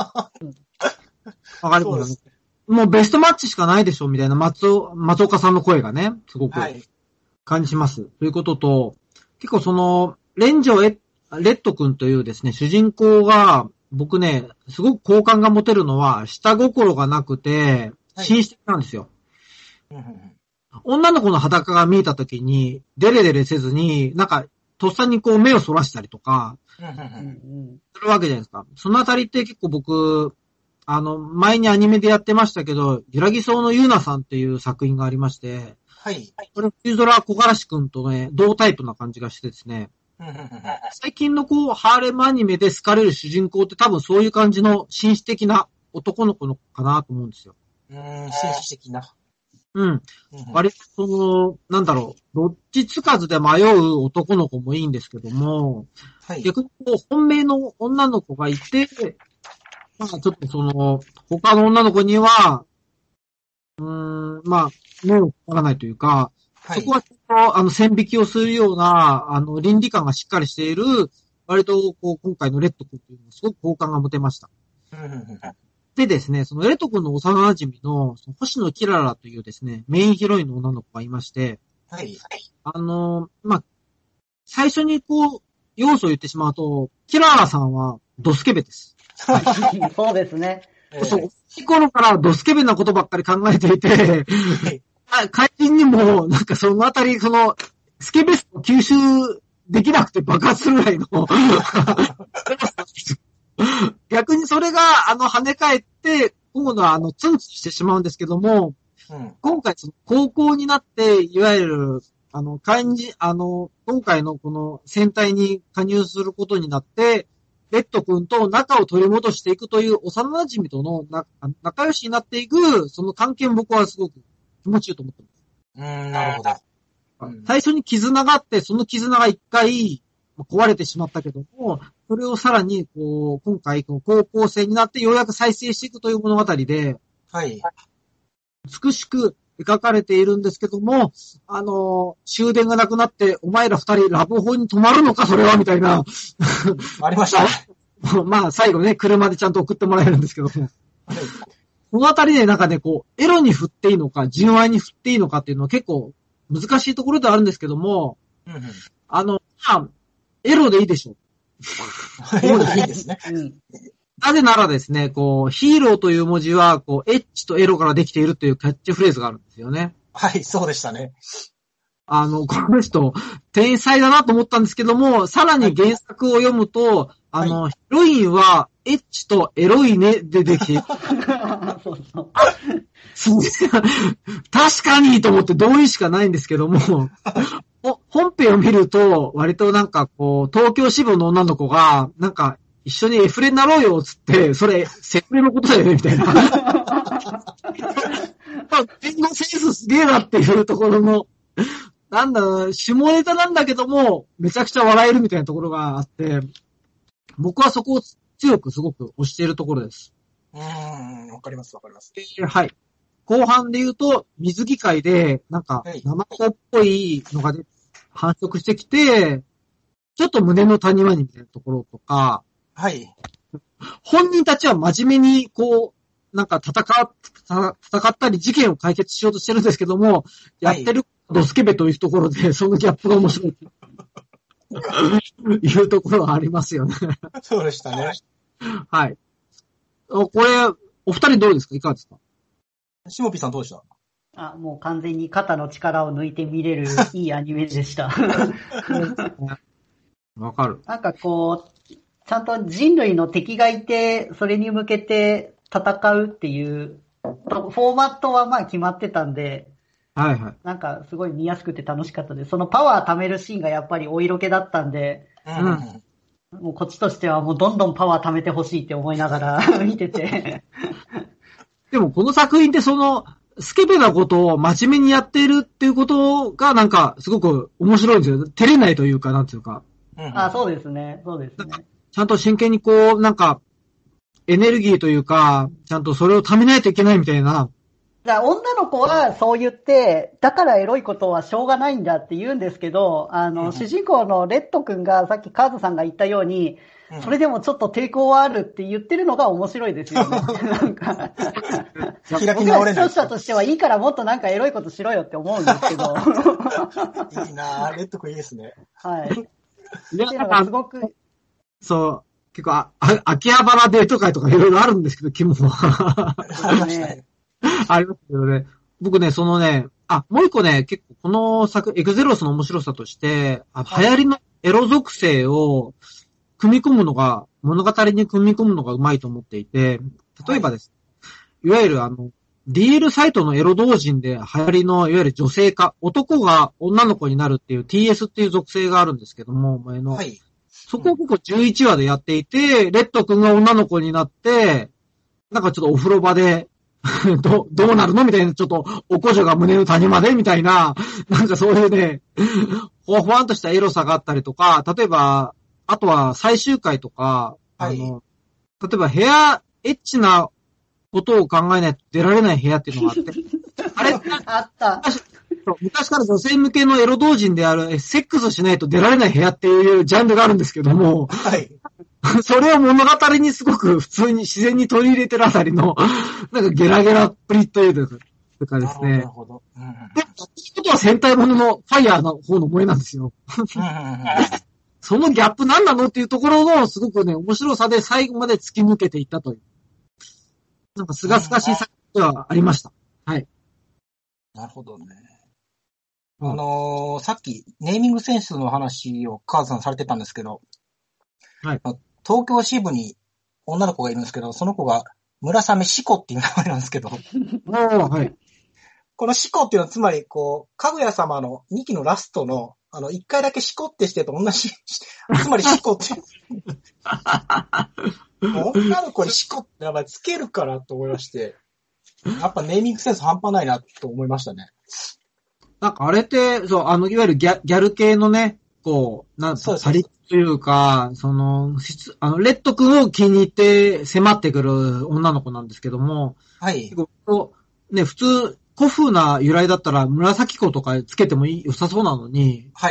わかりますかね。もうベストマッチしかないでしょ、みたいな松尾、松岡さんの声がね、すごく感じます。はい、ということと、結構その、レンジョエ、レッド君というですね、主人公が、僕ね、すごく好感が持てるのは、下心がなくて、紳士的なんですよ。はい、女の子の裸が見えたときに、デレデレせずに、なんか、とっさにこう目をそらしたりとか、するわけじゃないですか。そのあたりって結構僕、あの、前にアニメでやってましたけど、ゆらぎそうのゆうなさんっていう作品がありまして、はい。これ、冬空小柄しくんとね、同タイプな感じがしてですね、最近のこう、ハーレムアニメで好かれる主人公って多分そういう感じの紳士的な男の子のかなと思うんですよ。 うーん、紳士的な。 うん。割とその、なんだろう、どっちつかずで迷う男の子もいいんですけども、はい、逆にこう、本命の女の子がいて、まあちょっとその、他の女の子には、うーん、まあ、目をかからないというか、はい、そこはちょっと、あの、線引きをするような、あの、倫理観がしっかりしている、割と、こう、今回のレッド君というのはすごく好感が持てました。でですね、そのレッド君の幼馴染の、その星野キララというですね、メインヒロインの女の子がいまして、はい。あの、まあ、最初にこう、要素を言ってしまうと、キララさんはドスケベです。 そうですね。 そう、いい頃からドスケベなことばっかり考えていて、はい、怪人にも、なんかそのあたり、その、スケベスを吸収できなくて爆発するぐらいの、逆にそれが、あの、跳ね返って、今度は、あの、ツンツンしてしまうんですけども、うん、今回、その、高校になって、いわゆる、あの、漢字、あの、今回のこの戦隊に加入することになって、レッド君と仲を取り戻していくという幼馴染とのな仲良しになっていく、その関係も僕はすごく気持ちいいと思ってます。 うーん、なるほど。 最初に絆があって、その絆が一回壊れてしまったけども、それをさらに、こう、今回、高校生になってようやく再生していくという物語で、はい。美しく描かれているんですけども、あの、終電がなくなって、お前ら二人ラブホに泊まるのか、それはみたいな。 ありました。 まあ、最後ね、車でちゃんと送ってもらえるんですけども。はい。このあたりでなんかね、こう、エロに振っていいのか、純愛に振っていいのかっていうのは結構難しいところではあるんですけども、うんうん、あの、まあ、エロでいいでしょう。 エロでいいですね。 なぜならですね、こう、ヒーローという文字は、こう、エッチとエロからできているというキャッチフレーズがあるんですよね。 はい、そうでしたね。 あの、この人、天才だなと思ったんですけども、さらに原作を読むと、はい、あの、ヒロインは、エッチとエロいねでできている。確かにと思って同意しかないんですけども、本編を見ると、割となんかこう、東京支部の女の子が、なんか、一緒にエフレになろうよ、つって、それ、セフレのことだよね、みたいな。弁護センスすげえなっていうところの、なんだ、下ネタなんだけども、めちゃくちゃ笑えるみたいなところがあって、僕はそこを強くすごく推しているところです。 うーん、わかります、わかります。 はい。後半で言うと、水着会で、なんか、生子っぽいのが繁殖してきて、ちょっと胸の谷間にみたいなところとか、 はい。 本人たちは真面目に、こう、なんか戦っ、戦ったり事件を解決しようとしてるんですけども、やってるドスケベというところで、そのギャップが面白い。いうところはありますよね。 そうでしたね。 はい。これ、お二人どうですか？いかがですか？ しもぴさんどうでした？ あ、もう完全に肩の力を抜いて見れるいいアニメでした。 わかる。 なんかこう、ちゃんと人類の敵がいて、それに向けて戦うっていうフォーマットはまあ決まってたんで、 はいはい。 なんかすごい見やすくて楽しかったです。そのパワー貯めるシーンがやっぱりお色気だったんで、 うん。 もうこっちとしてはもうどんどんパワー貯めてほしいって思いながら見てて。 でもこの作品ってその、スケベなことを真面目にやってるっていうことがなんかすごく面白いんですよ。照れないというか、なんていうか。 あ、そうですね。そうですね。 ちゃんと真剣にこう、なんか、エネルギーというか、ちゃんとそれを貯めないといけないみたいな。 だから女の子はそう言って、だからエロいことはしょうがないんだって言うんですけど、あの、 うん、 主人公のレッド君がさっきカーズさんが言ったように、うん、それでもちょっと抵抗はあるって言ってるのが面白いですよね。なんか、僕ら視聴者としてはいいからもっとなんかエロいことしろよって思うんですけど。 いいなぁ、レッド君いいですね。 はい。いや、なんかすごく、 そう、結構、あ、秋葉原デート会とかいろいろあるんですけど、肝は。 ありましたね。 ありますけどね。僕ね、そのね、あ、もう一個ね、結構この作、エクゼロスの面白さとして、あ流行りのエロ属性を組み込むのが、物語に組み込むのがうまいと思っていて、例えばです。はい、いわゆるあの、ディーエル サイトのエロ同人で流行りの、いわゆる女性化、男が女の子になるっていう ティーエス っていう属性があるんですけども、前の。はい。そこを結構じゅういちわでやっていて、レッド君が女の子になって、なんかちょっとお風呂場で、ど, どうなるのみたいな、ちょっと、おこじょが胸の谷までみたいな、なんかそういうね、ほわほわんとしたエロさがあったりとか、例えば、あとは最終回とか、はい、あの、例えば部屋、エッチなことを考えないと出られない部屋っていうのがあって、あれあった昔から女性向けのエロ同人である、セックスしないと出られない部屋っていうジャンルがあるんですけども、はい。それを物語にすごく普通に自然に取り入れてるあたりの、なんかゲラゲラっぷりというかですね。なるほど。うん、で、そういうことは戦隊もののファイヤーの方の萌えなんですよ。そのギャップ何なのっていうところのすごくね、面白さで最後まで突き抜けていったという。なんかすがすがしい作品ではありました。はい。 なるほどね。あのー、さっきネーミングセンスの話をカーズさんされてたんですけど、はい。東京支部に女の子がいるんですけど、その子が村雨志子っていう名前なんですけど、はい。この志子っていうのはつまりこう、かぐや様のにきのラストの、あの、いっかいだけ志子ってしてと同じ、つまり志子って。女の子に志子って名前つけるからと思いまして、やっぱネーミングセンス半端ないなと思いましたね。 なんかあれって、そう、あの、いわゆるギャギャル系のね、こう、なんか、パリッというか、その、あの、レッド君を気に入って迫ってくる女の子なんですけども、はい。結構、ね、普通、古風な由来だったら紫子とかつけてもいい良さそうなのに、はい。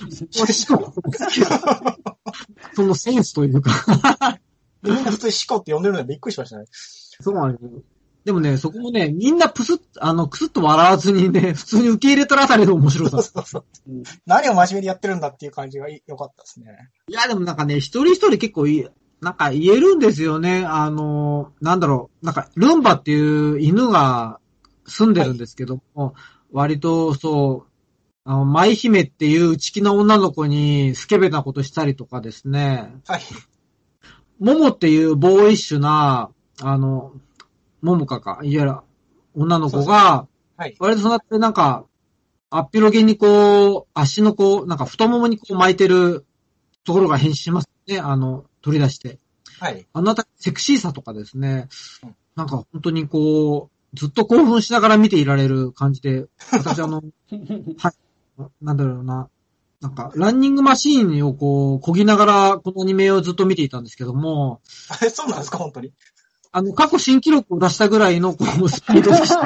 そのセンスというかみんな普通にシコって呼んでるのでびっくりしましたね。 そうなんですよ。でもね、そこもね、みんなプスッ、あの、クスッと笑わずにね、普通に受け入れたらあたりの面白さ。そうそうそう、 うん。何を真面目にやってるんだっていう感じが良かったですね。 いや、でもなんかね、一人一人結構いい、なんか言えるんですよね。あの、なんだろう、なんか、ルンバっていう犬が住んでるんですけども、はい、割とそう、あの、舞姫っていう内気な女の子にスケベなことしたりとかですね。はい。モモっていうボーイッシュな、あの、モモカか、いわゆる女の子が、はい。割とそうやってなんか、あっぴろげにこう、足のこう、なんか太ももにこう巻いてるところが変身しますね。あの、取り出して。はい。あのあたり、セクシーさとかですね。うん、なんか本当にこう、ずっと興奮しながら見ていられる感じで、私あの、はい。なんだろうな。なんか、ランニングマシーンをこう、漕ぎながら、このアニメをずっと見ていたんですけども。 あれ、そうなんですか、本当に。 あの、過去新記録を出したぐらいの、こう、スピードでした。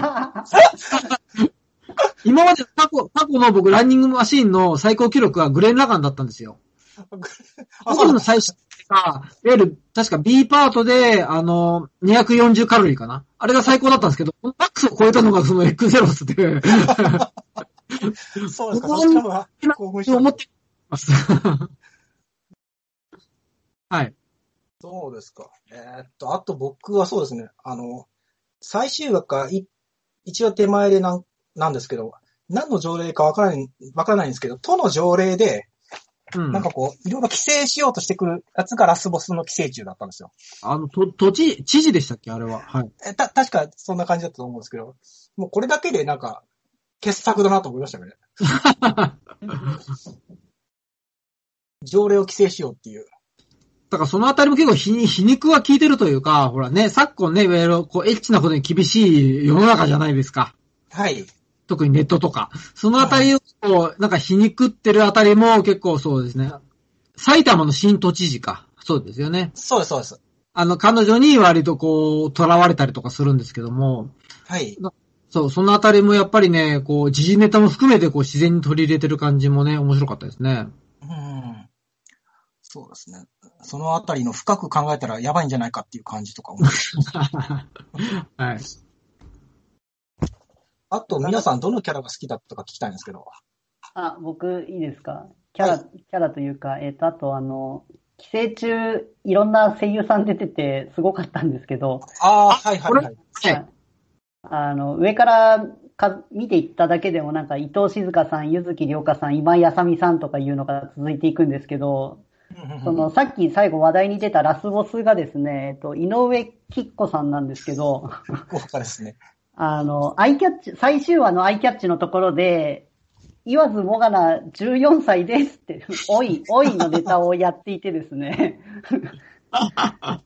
今まで過去、過去の僕、ランニングマシーンの最高記録はグレン・ラガンだったんですよ。僕の最初が、いわゆる、確か B パートで、あの、にひゃくよんじゅうカロリーかな。あれが最高だったんですけど、マックスを超えたのがその エクゼロスで。 そうですか、そっちの方が興奮して思ってます。 はい。 そうですか。えー、っと、あと僕はそうですね、あの、最終話か、い一応手前でなんなんですけど、何の条例かわからない、わからないんですけど、都の条例で、うん、なんかこう、いろいろ規制しようとしてくるやつがラスボスの寄生虫だったんですよ。 あの、と、都知事、知事でしたっけあれは。はい。 え、た、確かそんな感じだったと思うんですけど、もうこれだけでなんか、傑作だなと思いましたね。条例を規制しようっていう。 だからそのあたりも結構皮、皮肉は効いてるというか、ほらね、昨今ね、いわゆるこうエッチなことに厳しい世の中じゃないですか。 はい。 特にネットとか。そのあたりをこう、なんか皮肉ってるあたりも結構そうですね。埼玉の新都知事か。そうですよね。 そうです、そうです。 あの、彼女に割とこう、囚われたりとかするんですけども。 はい。 そう、そのあたりもやっぱりね、こう、時事ネタも含めてこう、自然に取り入れてる感じもね、面白かったですね。 うん。そうですね。そのあたりの深く考えたらやばいんじゃないかっていう感じとか思います。 はい。 あと、皆さんどのキャラが好きだったか聞きたいんですけど。 あ、僕、いいですか？キャラ、はい、キャラというか、えっと、あと、あの、寄生虫、いろんな声優さん出てて、すごかったんですけど。 ああ、はいはいはい。はい、 あの、上からか見ていっただけでも、なんか、伊藤静香さん、柚木涼香さん、今井あさみさんとかいうのが続いていくんですけど、その、さっき最後話題に出たラスボスがですね、えっと、井上貴子さんなんですけど。 豪華ですね。 あの、アイキャッチ、最終話のアイキャッチのところで、言わずもがなじゅうよんさいですって、おい、おいのネタをやっていてですね。はい。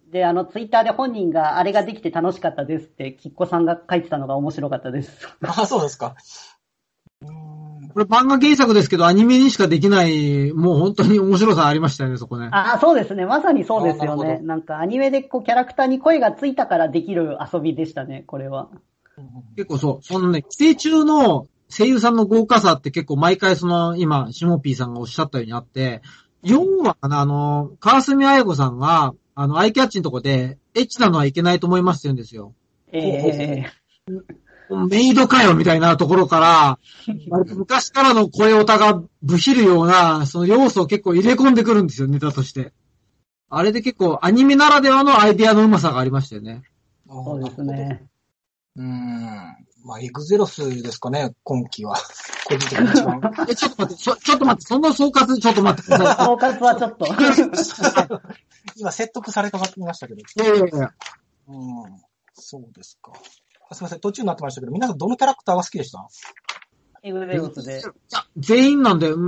で、あの、ツイッターで本人があれができて楽しかったですって、きっこさんが書いてたのが面白かったです。 あ、そうですか。 うーんこれ漫画原作ですけど、アニメにしかできない、もう本当に面白さありましたよね、そこね。 あ、そうですね。まさにそうですよね。な, なんかアニメでこうキャラクターに声がついたからできる遊びでしたね、これは。 結構そう。そのね、寄生虫の声優さんの豪華さって結構毎回その、今、シモピーさんがおっしゃったようにあって、よんわかな、あの、川澄彩子さんが、あの、アイキャッチのとこで、エッチなのはいけないと思いますって言うんですよ。 ええー。メイドかよみたいなところから、昔からの声オタがブヒるような、その要素を結構入れ込んでくるんですよ、ネタとして。あれで結構アニメならではのアイデアのうまさがありましたよね。 そうですね。 うーん。まあ、エグゼロスですかね、今期は。個人的に一番。 え、ちょっと待って、そ、ちょっと待って、その総括、ちょっと待ってください。 総括はちょっと。 今、説得されかかってましたけど。 いやいやいや。 うん。そうですか。すみません、途中になってましたけど、皆さんどのキャラクターが好きでした？ エグゼロスで。いや、全員なんで、うん。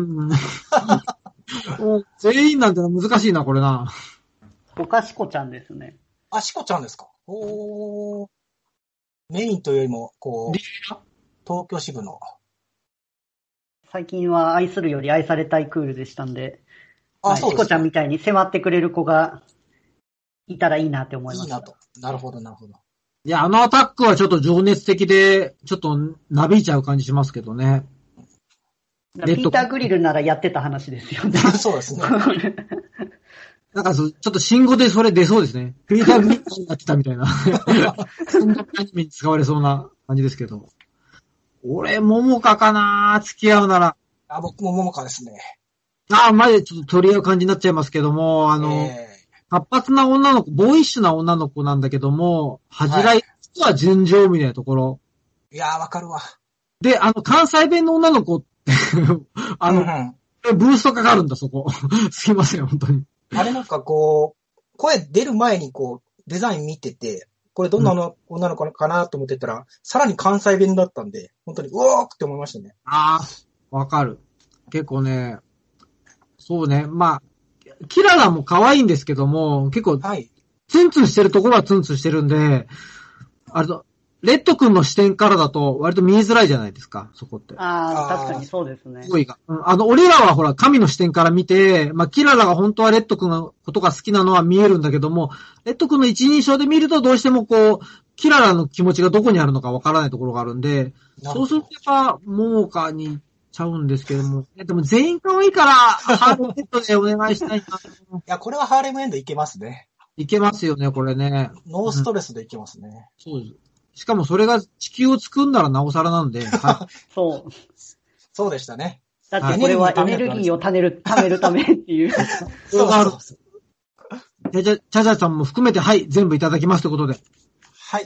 全員なんて難しいな、これな。 他シコちゃんですね。 あ、シコちゃんですか。おー。メインというよりも、こう、東京支部の。 最近は愛するより愛されたいクールでしたんで、 あ、そうです。 シコちゃんみたいに迫ってくれる子がいたらいいなって思いました。 いいなと。なるほど、なるほど。 いや、あのアタックはちょっと情熱的で、ちょっとなびいちゃう感じしますけどね。 ピーター・グリルならやってた話ですよね。 そうですね。 なんかそ、ちょっと新語でそれ出そうですね。ピーター・グリルになってたみたいな。そんなアニメに使われそうな感じですけど。俺、モモカかな付き合うなら。 あ、僕もモモカですね。 ああ、までちょっと取り合う感じになっちゃいますけども、あの、えー活発な女の子、ボーイッシュな女の子なんだけども、恥じらいは順調みたいなところ。 いやー、わかるわ。 で、あの、関西弁の女の子って、あの、うんうん、ブーストかかるんだ、そこ。すいません、本当に。 あれなんかこう、声出る前にこう、デザイン見てて、これどんなの、うん、女の子かなと思ってたら、さらに関西弁だったんで、本当に、うおーって思いましたね。 ああ、わかる。結構ね、そうね、まあ、キララも可愛いんですけども、結構、はい、ツンツンしてるところはツンツンしてるんで、あれと、レッド君の視点からだと割と見えづらいじゃないですか、そこって。 ああ、確かにそうですね。 声が。うん、あの、俺らはほら、神の視点から見て、まあ、キララが本当はレッド君のことが好きなのは見えるんだけども、レッド君の一人称で見るとどうしてもこう、キララの気持ちがどこにあるのかわからないところがあるんで、そうするとやっぱ、モモカに、ちゃうんですけども。でも全員可愛いから、ハーレムエンドでお願いしたいな。いや、これはハーレムエンドいけますね。 いけますよね、これね。 ノーストレスでいけますね。 うん、そうです。しかもそれが地球を作るならなおさらなんで。 はい、そう。 そうでしたね。 だってこれはエネルギーを貯める、貯めるためっていう。 そうそうそう。チャチャ、チャチャさんも含めて、はい、全部いただきますということで。 はい。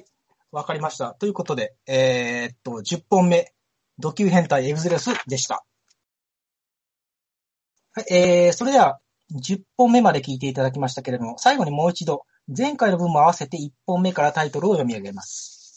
わかりました。ということで、えー、っと、じゅっぽんめ、ド級変態エグゼレスでした。はい、えー、それでは、じゅっぽんめまで聞いていただきましたけれども、最後にもう一度、前回の分も合わせていっぽんめからタイトルを読み上げます。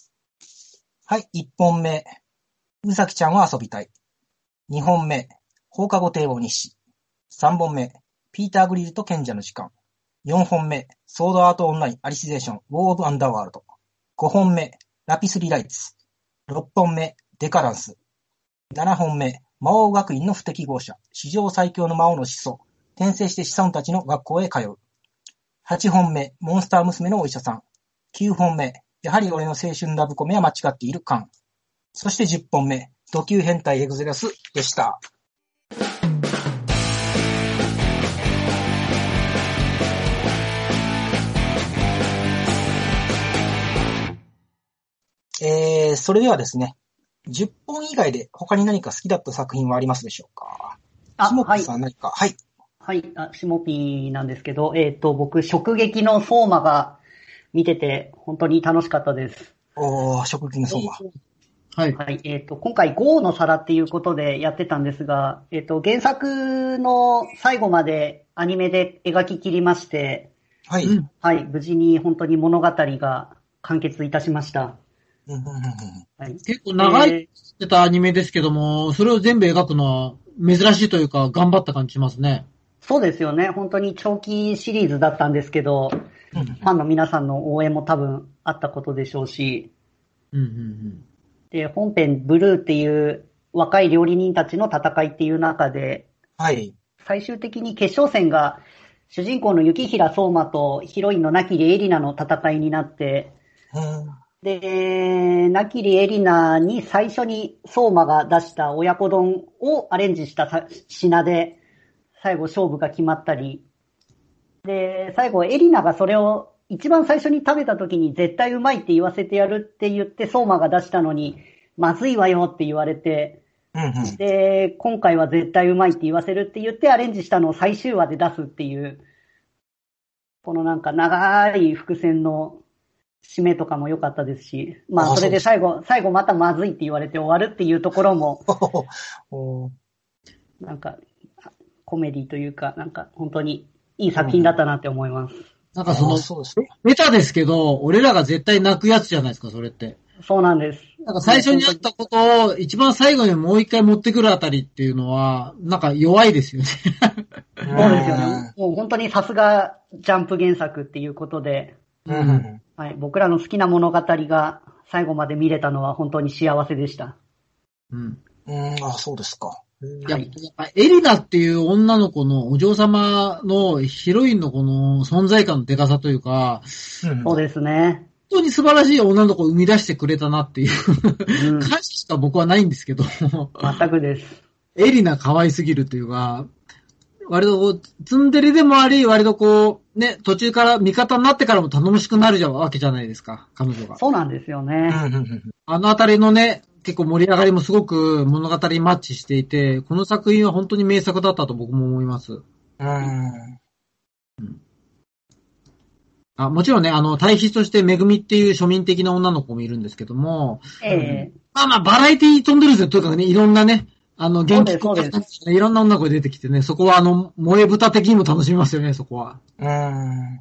はい、いっぽんめ、うさきちゃんは遊びたい。にほんめ、放課後帝王日誌。さんぼんめ、ピーター・グリルと賢者の時間。よんほんめ、ソードアートオンラインアリシゼーション、ウォー・オブ・アンダーワールド。ごほんめ、ラピスリライツ。ろっぽんめ、デカランス。ななほんめ、魔王学院の不適合者。史上最強の魔王の始祖。転生して子孫たちの学校へ通う。はちほんめ、モンスター娘のお医者さん。きゅうほんめ、やはり俺の青春ラブコメは間違っているカン。そしてじゅっぽんめ、ド級変態エグゼレスでした。えー、それではですね、じゅっぽん以外で他に何か好きだった作品はありますでしょうか？ あ、 しもぴさん何か、はい。 はい、あ、しもぴなんですけど、えっと、僕、食撃の相馬が見てて、本当に楽しかったです。 おー、食撃の相馬。 はい。はい。えっと、今回、ゴーの皿っていうことでやってたんですが、えっと、原作の最後までアニメで描き切りまして、 はい。 はい。無事に本当に物語が完結いたしました。 はい、結構長いってたアニメですけども、それを全部描くのは珍しいというか頑張った感じしますね。 そうですよね。本当に長期シリーズだったんですけど、ファンの皆さんの応援も多分あったことでしょうし、 うんうんうん、 で、本編ブルーっていう若い料理人たちの戦いっていう中で、 はい。 最終的に決勝戦が主人公の雪平相馬とヒロインのナキリエリナの戦いになって、 うんで、ナキリエリナに最初に相馬が出した親子丼をアレンジした品で、最後勝負が決まったり、で、最後エリナがそれを一番最初に食べた時に絶対うまいって言わせてやるって言って相馬が出したのに、まずいわよって言われて、 うんうん、 で、今回は絶対うまいって言わせるって言ってアレンジしたのを最終話で出すっていう、このなんか長い伏線の締めとかも良かったですし、まあそれで最後、最後またまずいって言われて終わるっていうところも、なんかコメディというか、なんか本当にいい作品だったなって思います。うん、 なんかその、そうですね、メタですけど、俺らが絶対泣くやつじゃないですか、それって。 そうなんです。 なんか最初にあったことを一番最後にもう一回持ってくるあたりっていうのは、なんか弱いですよね。 そうですよね。もう本当にさすがジャンプ原作っていうことで、 うん、 はい、僕らの好きな物語が最後まで見れたのは本当に幸せでした。 うん。 うん、あ、そうですか。 いや、やっぱエリナっていう女の子のお嬢様のヒロインのこの存在感のデカさというか、 うん、そうですね。 本当に素晴らしい女の子を生み出してくれたなっていう、うん、感謝しか僕はないんですけど。 全くです。 エリナ可愛すぎるというか、割とこう、ツンデレでもあり、割とこう、ね、途中から味方になってからも頼もしくなるじゃわけじゃないですか、彼女が。 そうなんですよね。 あのあたりのね、結構盛り上がりもすごく物語にマッチしていて、この作品は本当に名作だったと僕も思います。 うーん。 あ、もちろんね、あの、対比としてめぐみっていう庶民的な女の子もいるんですけども、 ええー、 まあまあ、バラエティ飛んでるんですよ。とにかくね、いろんなね、あの、元気そうです、いろんな女の子が出てきてね、そこはあの、萌え豚的にも楽しみますよね、そこは。 うーん。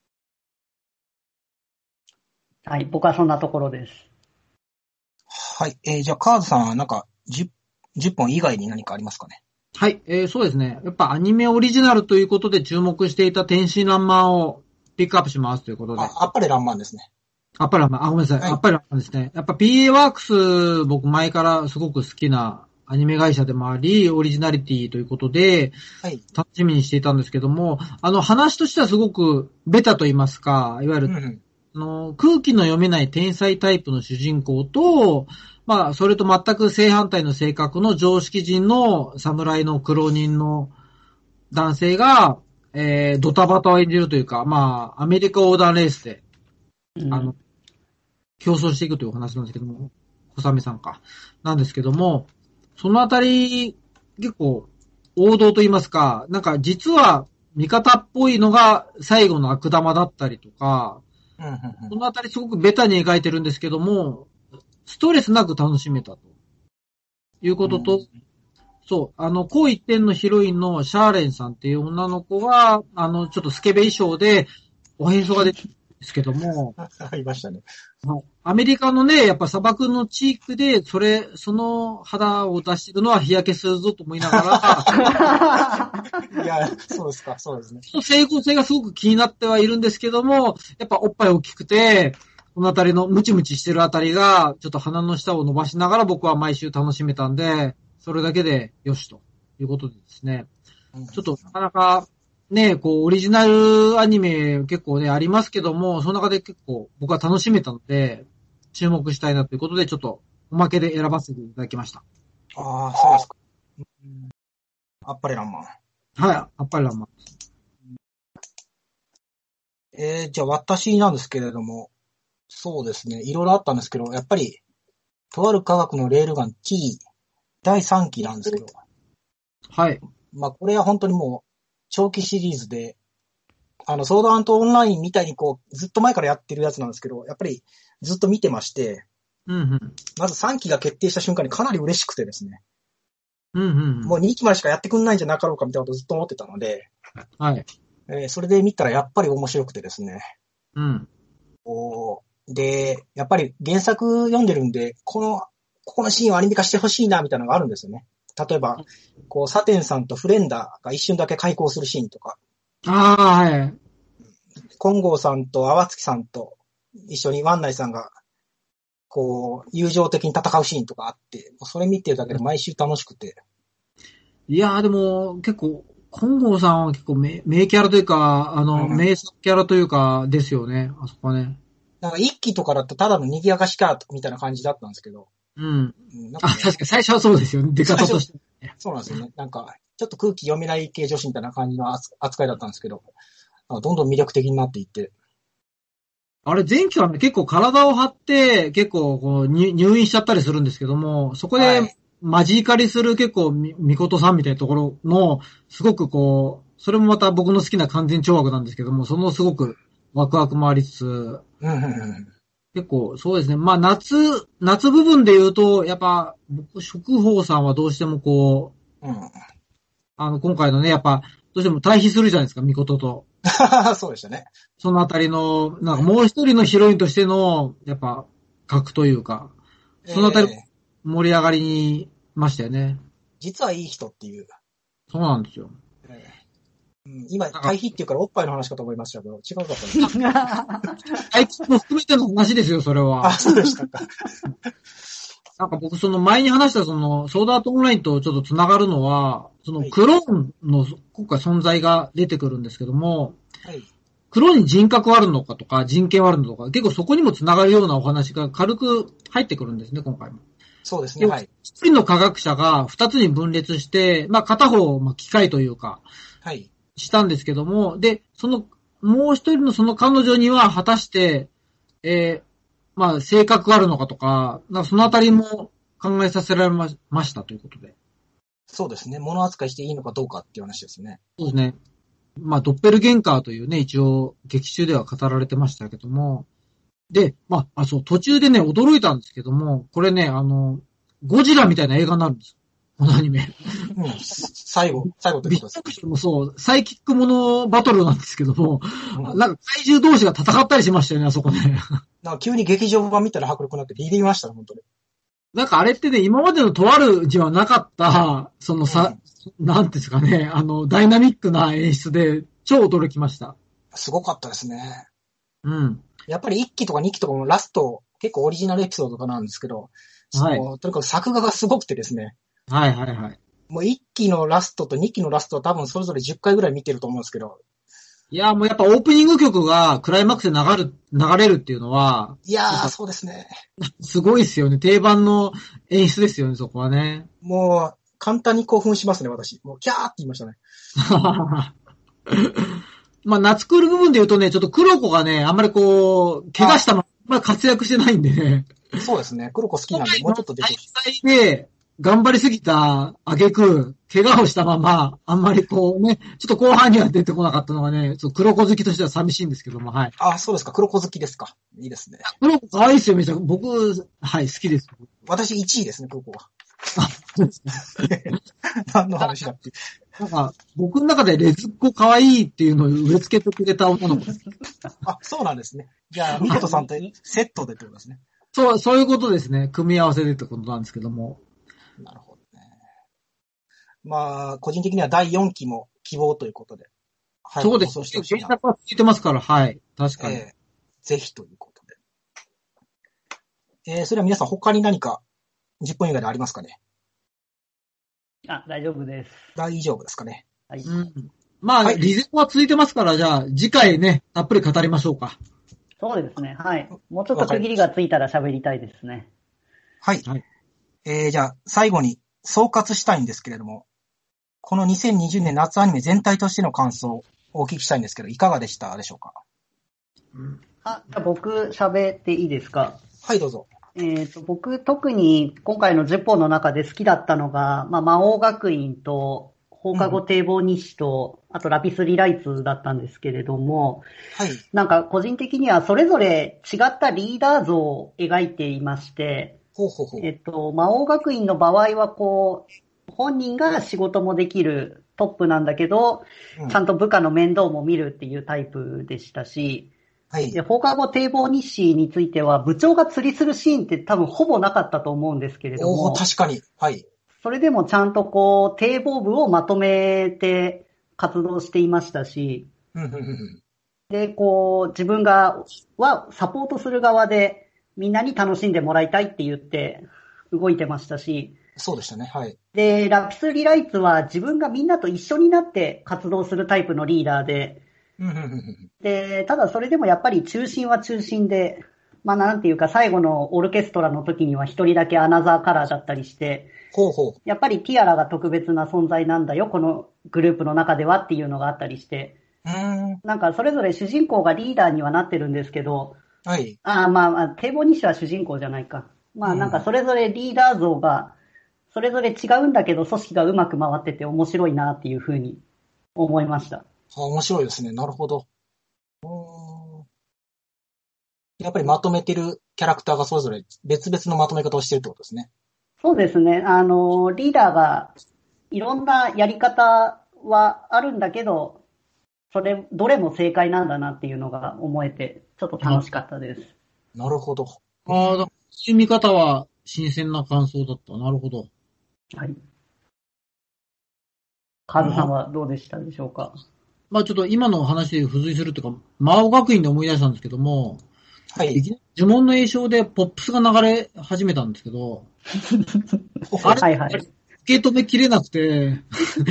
はい、僕はそんなところです。 はい。えー、じゃあ、カードさんはなんかじゅう、じゅっぽん以外に何かありますかね？ はい。えー、そうですね。やっぱアニメオリジナルということで注目していた天真爛漫をピックアップしますということで。 あ、あっぱれ爛漫ですね。 あっぱれ爛漫。あ、ごめんなさい。はい、あっぱれ爛漫ですね。やっぱ ピーエー ワークス、僕前からすごく好きなアニメ会社でもあり、オリジナリティということで、はい。楽しみにしていたんですけども、あの話としてはすごくベタと言いますか、いわゆる、うん、あの空気の読めない天才タイプの主人公と、まあ、それと全く正反対の性格の常識人の侍の苦労人の男性が、えー、ドタバタを演じるというか、まあ、アメリカ横断レースで、うん、あの、競争していくというお話なんですけども、小雨さんか。なんですけども、そのあたり、結構、王道と言いますか、なんか実は味方っぽいのが最後の悪玉だったりとか、 うんうんうん、 そのあたりすごくベタに描いてるんですけども、ストレスなく楽しめたということと、うん、そう、あの、高一点のヒロインのシャーレンさんっていう女の子が、あの、ちょっとスケベ衣装でおへそが出てるんですけども、 ありましたね。 アメリカのね、やっぱ砂漠の地域で、それ、その肌を出してるのは日焼けするぞと思いながら。いや、そうですか、そうですね。 整合性がすごく気になってはいるんですけども、やっぱおっぱい大きくて、このあたりのムチムチしてるあたりが、ちょっと鼻の下を伸ばしながら僕は毎週楽しめたんで、それだけでよしということでですね。ちょっとなかなか、ね、こう、オリジナルアニメ結構ね、ありますけども、その中で結構僕は楽しめたので、注目したいなということで、ちょっとおまけで選ばせていただきました。 ああ、そうですか。あっぱれランマン。 はい、あっぱれランマン。 えー、じゃあ私なんですけれども、そうですね、いろいろあったんですけど、やっぱり、とある科学のレールガン T だいさんきなんですけど。 はい。 まあこれは本当にもう、長期シリーズで、あの、ソードアートオンラインみたいにこう、ずっと前からやってるやつなんですけど、やっぱりずっと見てまして、 うんうん、 まずさんきが決定した瞬間にかなり嬉しくてですね。 うんうんうん、 もうにきまでしかやってくんないんじゃなかろうかみたいなことをずっと思ってたので、 はい。 えー、それで見たらやっぱり面白くてですね。 うん。 おで、やっぱり原作読んでるんで、この、ここのシーンをアニメ化してほしいなみたいなのがあるんですよね。例えば、こう、サテンさんとフレンダーが一瞬だけ開口するシーンとか。 ああ、はい。 金剛さんと淡月さんと一緒にワンナイさんが、こう、友情的に戦うシーンとかあって、それ見てるだけで毎週楽しくて。 いやーでも、結構、金剛さんは結構名、名キャラというか、あの、うん、名作キャラというか、ですよね、あそこはね。 なんか一期とかだとただの賑やかしか、みたいな感じだったんですけど。 うん。なんかね、あ、確かに最初はそうですよね、出方として。 そうなんですよね。なんか、ちょっと空気読めない系女子みたいな感じの扱いだったんですけど、どんどん魅力的になっていって。 あれ、前期はね、結構体を張って、結構こう入院しちゃったりするんですけども、そこで、マジ怒りする結構み、みことさんみたいなところの、すごくこう、それもまた僕の好きな完全懲悪なんですけども、そのすごくワクワクもありつつ、結構そうですね。まあ夏、夏部分で言うと、やっぱ、僕、食宝さんはどうしてもこう、うん、あの、今回のね、やっぱ、どうしても対比するじゃないですか、みことと。 そうでしたね。 そのあたりの、なんかもう一人のヒロインとしての、やっぱ、格というか、そのあたり盛り上がりにましたよね。 実はいい人っていう。 そうなんですよ。 えーうん、今、対比っていうからおっぱいの話かと思いましたけど、違うかったです。 対比も含めての話ですよ、それは。 あ、そうでしたか。 なんか僕、その前に話したその、ソードアートオンラインとちょっと繋がるのは、そのクローンの今回存在が出てくるんですけども、はい、クローンに人格はあるのかとか、人権はあるのか、結構そこにも繋がるようなお話が軽く入ってくるんですね、今回も。 そうですね、はい。 一人の科学者が二つに分裂して、まあ片方、まあ機械というか、はい。したんですけども、で、その、もう一人のその彼女には果たして、えー、まあ、性格があるのかとか、なんかそのあたりも考えさせられましたということで。 そうですね。物扱いしていいのかどうかっていう話ですね。 そうですね。まあ、ドッペルゲンカーというね、一応、劇中では語られてましたけども。で、まあ、あ、そう、途中でね、驚いたんですけども、これね、あの、ゴジラみたいな映画になるんですよ。このアニメ。 うん、最後、最後ってことです。 もそう、サイキックものバトルなんですけども、うん、なんか怪獣同士が戦ったりしましたよね、あそこね。 なんか急に劇場版見たら迫力になってビビりましたね、本当に。 なんかあれってね、今までのとある字はなかった、そのさ、うん、なんていうんですかね、あの、ダイナミックな演出で超驚きました。 すごかったですね。 うん。 やっぱりいっきとかにきとかもラスト、結構オリジナルエピソードとかなんですけど、はい。とにかく作画がすごくてですね。 はいはいはい。 もういっきのラストとにきのラストは多分それぞれじゅっかいぐらい見てると思うんですけど。 いや、もうやっぱオープニング曲がクライマックスで流る、流れるっていうのは。 いやー、そうですね。 すごいですよね。定番の演出ですよね、そこはね。 もう、簡単に興奮しますね、私。もう、キャーって言いましたね。 まあ、夏クール部分で言うとね、ちょっと黒子がね、あんまりこう、怪我したまま活躍してないんでね。 そうですね。黒子好きなんで、もうちょっと出てほしい。 大会で、 頑張りすぎた挙句、怪我をしたまま、あんまりこうね、ちょっと後半には出てこなかったのがね、そう黒子好きとしては寂しいんですけども、はい。 あ、そうですか。黒子好きですか。いいですね。 黒子可愛いですよ、めちゃくちゃ。僕、はい、好きです。 私いちいですね、黒子は。 あ、そうですね。 何の話だって。 なんか、僕の中でレズっ子可愛いっていうのを植え付けてくれた女の子です。 あ、そうなんですね。じゃあ、ミコトさんとセットでってことですね。 そう、そういうことですね。組み合わせでってことなんですけども。 なるほどね。まあ、個人的にはだいよんきも希望ということで。 はい、そうです。原作はついてますから、はい。確かに。えー、ぜひということで。えー、それは皆さん他に何かじゅっぷん以外でありますかね？ あ、大丈夫です。 大丈夫ですかね。 はい。 うん、まあ、はい、リゼコは続いてますから、じゃあ、次回ね、たっぷり語りましょうか。 そうですね。はい。もうちょっと区切りがついたら喋りたいですね。 はい。はい、えー、じゃあ、最後に総括したいんですけれども、このにせんにじゅうねん夏アニメ全体としての感想をお聞きしたいんですけど、いかがでしたでしょうか？ うん、あ、じゃあ僕喋っていいですか？ はい、どうぞ。 えっと、僕特に今回のじゅっぽんの中で好きだったのが、まあ、魔王学院と放課後堤防日誌と、うん、あとラピスリライツだったんですけれども、はい。なんか個人的にはそれぞれ違ったリーダー像を描いていまして、ほうほうほう。えっと、魔王学院の場合はこう、本人が仕事もできるトップなんだけど、うん、ちゃんと部下の面倒も見るっていうタイプでしたし、はい。で、放課後堤防日誌については部長が釣りするシーンって多分ほぼなかったと思うんですけれども。 おー、確かに。はい。 それでもちゃんとこう、堤防部をまとめて活動していましたし、で、こう、自分が、はサポートする側でみんなに楽しんでもらいたいって言って動いてましたし、 そうでしたね。はい。 で、ラピスリライツは自分がみんなと一緒になって活動するタイプのリーダーで、で、ただそれでもやっぱり中心は中心で、まあなんていうか最後のオーケストラの時には一人だけアナザーカラーだったりして、ほうほう。やっぱりティアラが特別な存在なんだよ、このグループの中ではっていうのがあったりして、うーんなんかそれぞれ主人公がリーダーにはなってるんですけど、はい。ああまあまあ、堤防日誌は主人公じゃないか。まあなんかそれぞれリーダー像が、それぞれ違うんだけど組織がうまく回ってて面白いなっていうふうに思いました。 あ、面白いですね。なるほど。うーんやっぱりまとめてるキャラクターがそれぞれ別々のまとめ方をしてるってことですね。 そうですね。あの、リーダーがいろんなやり方はあるんだけど、それ、どれも正解なんだなっていうのが思えて、ちょっと楽しかったです。 なるほど。 ああ、そういう見方は新鮮な感想だった。なるほど。 はい。カズさんはどうでしたでしょうか？ まあちょっと今の話で付随するというか、魔王学院で思い出したんですけども、はい。呪文の詠唱でポップスが流れ始めたんですけど、あれ、はいはい、受け止めきれなくて、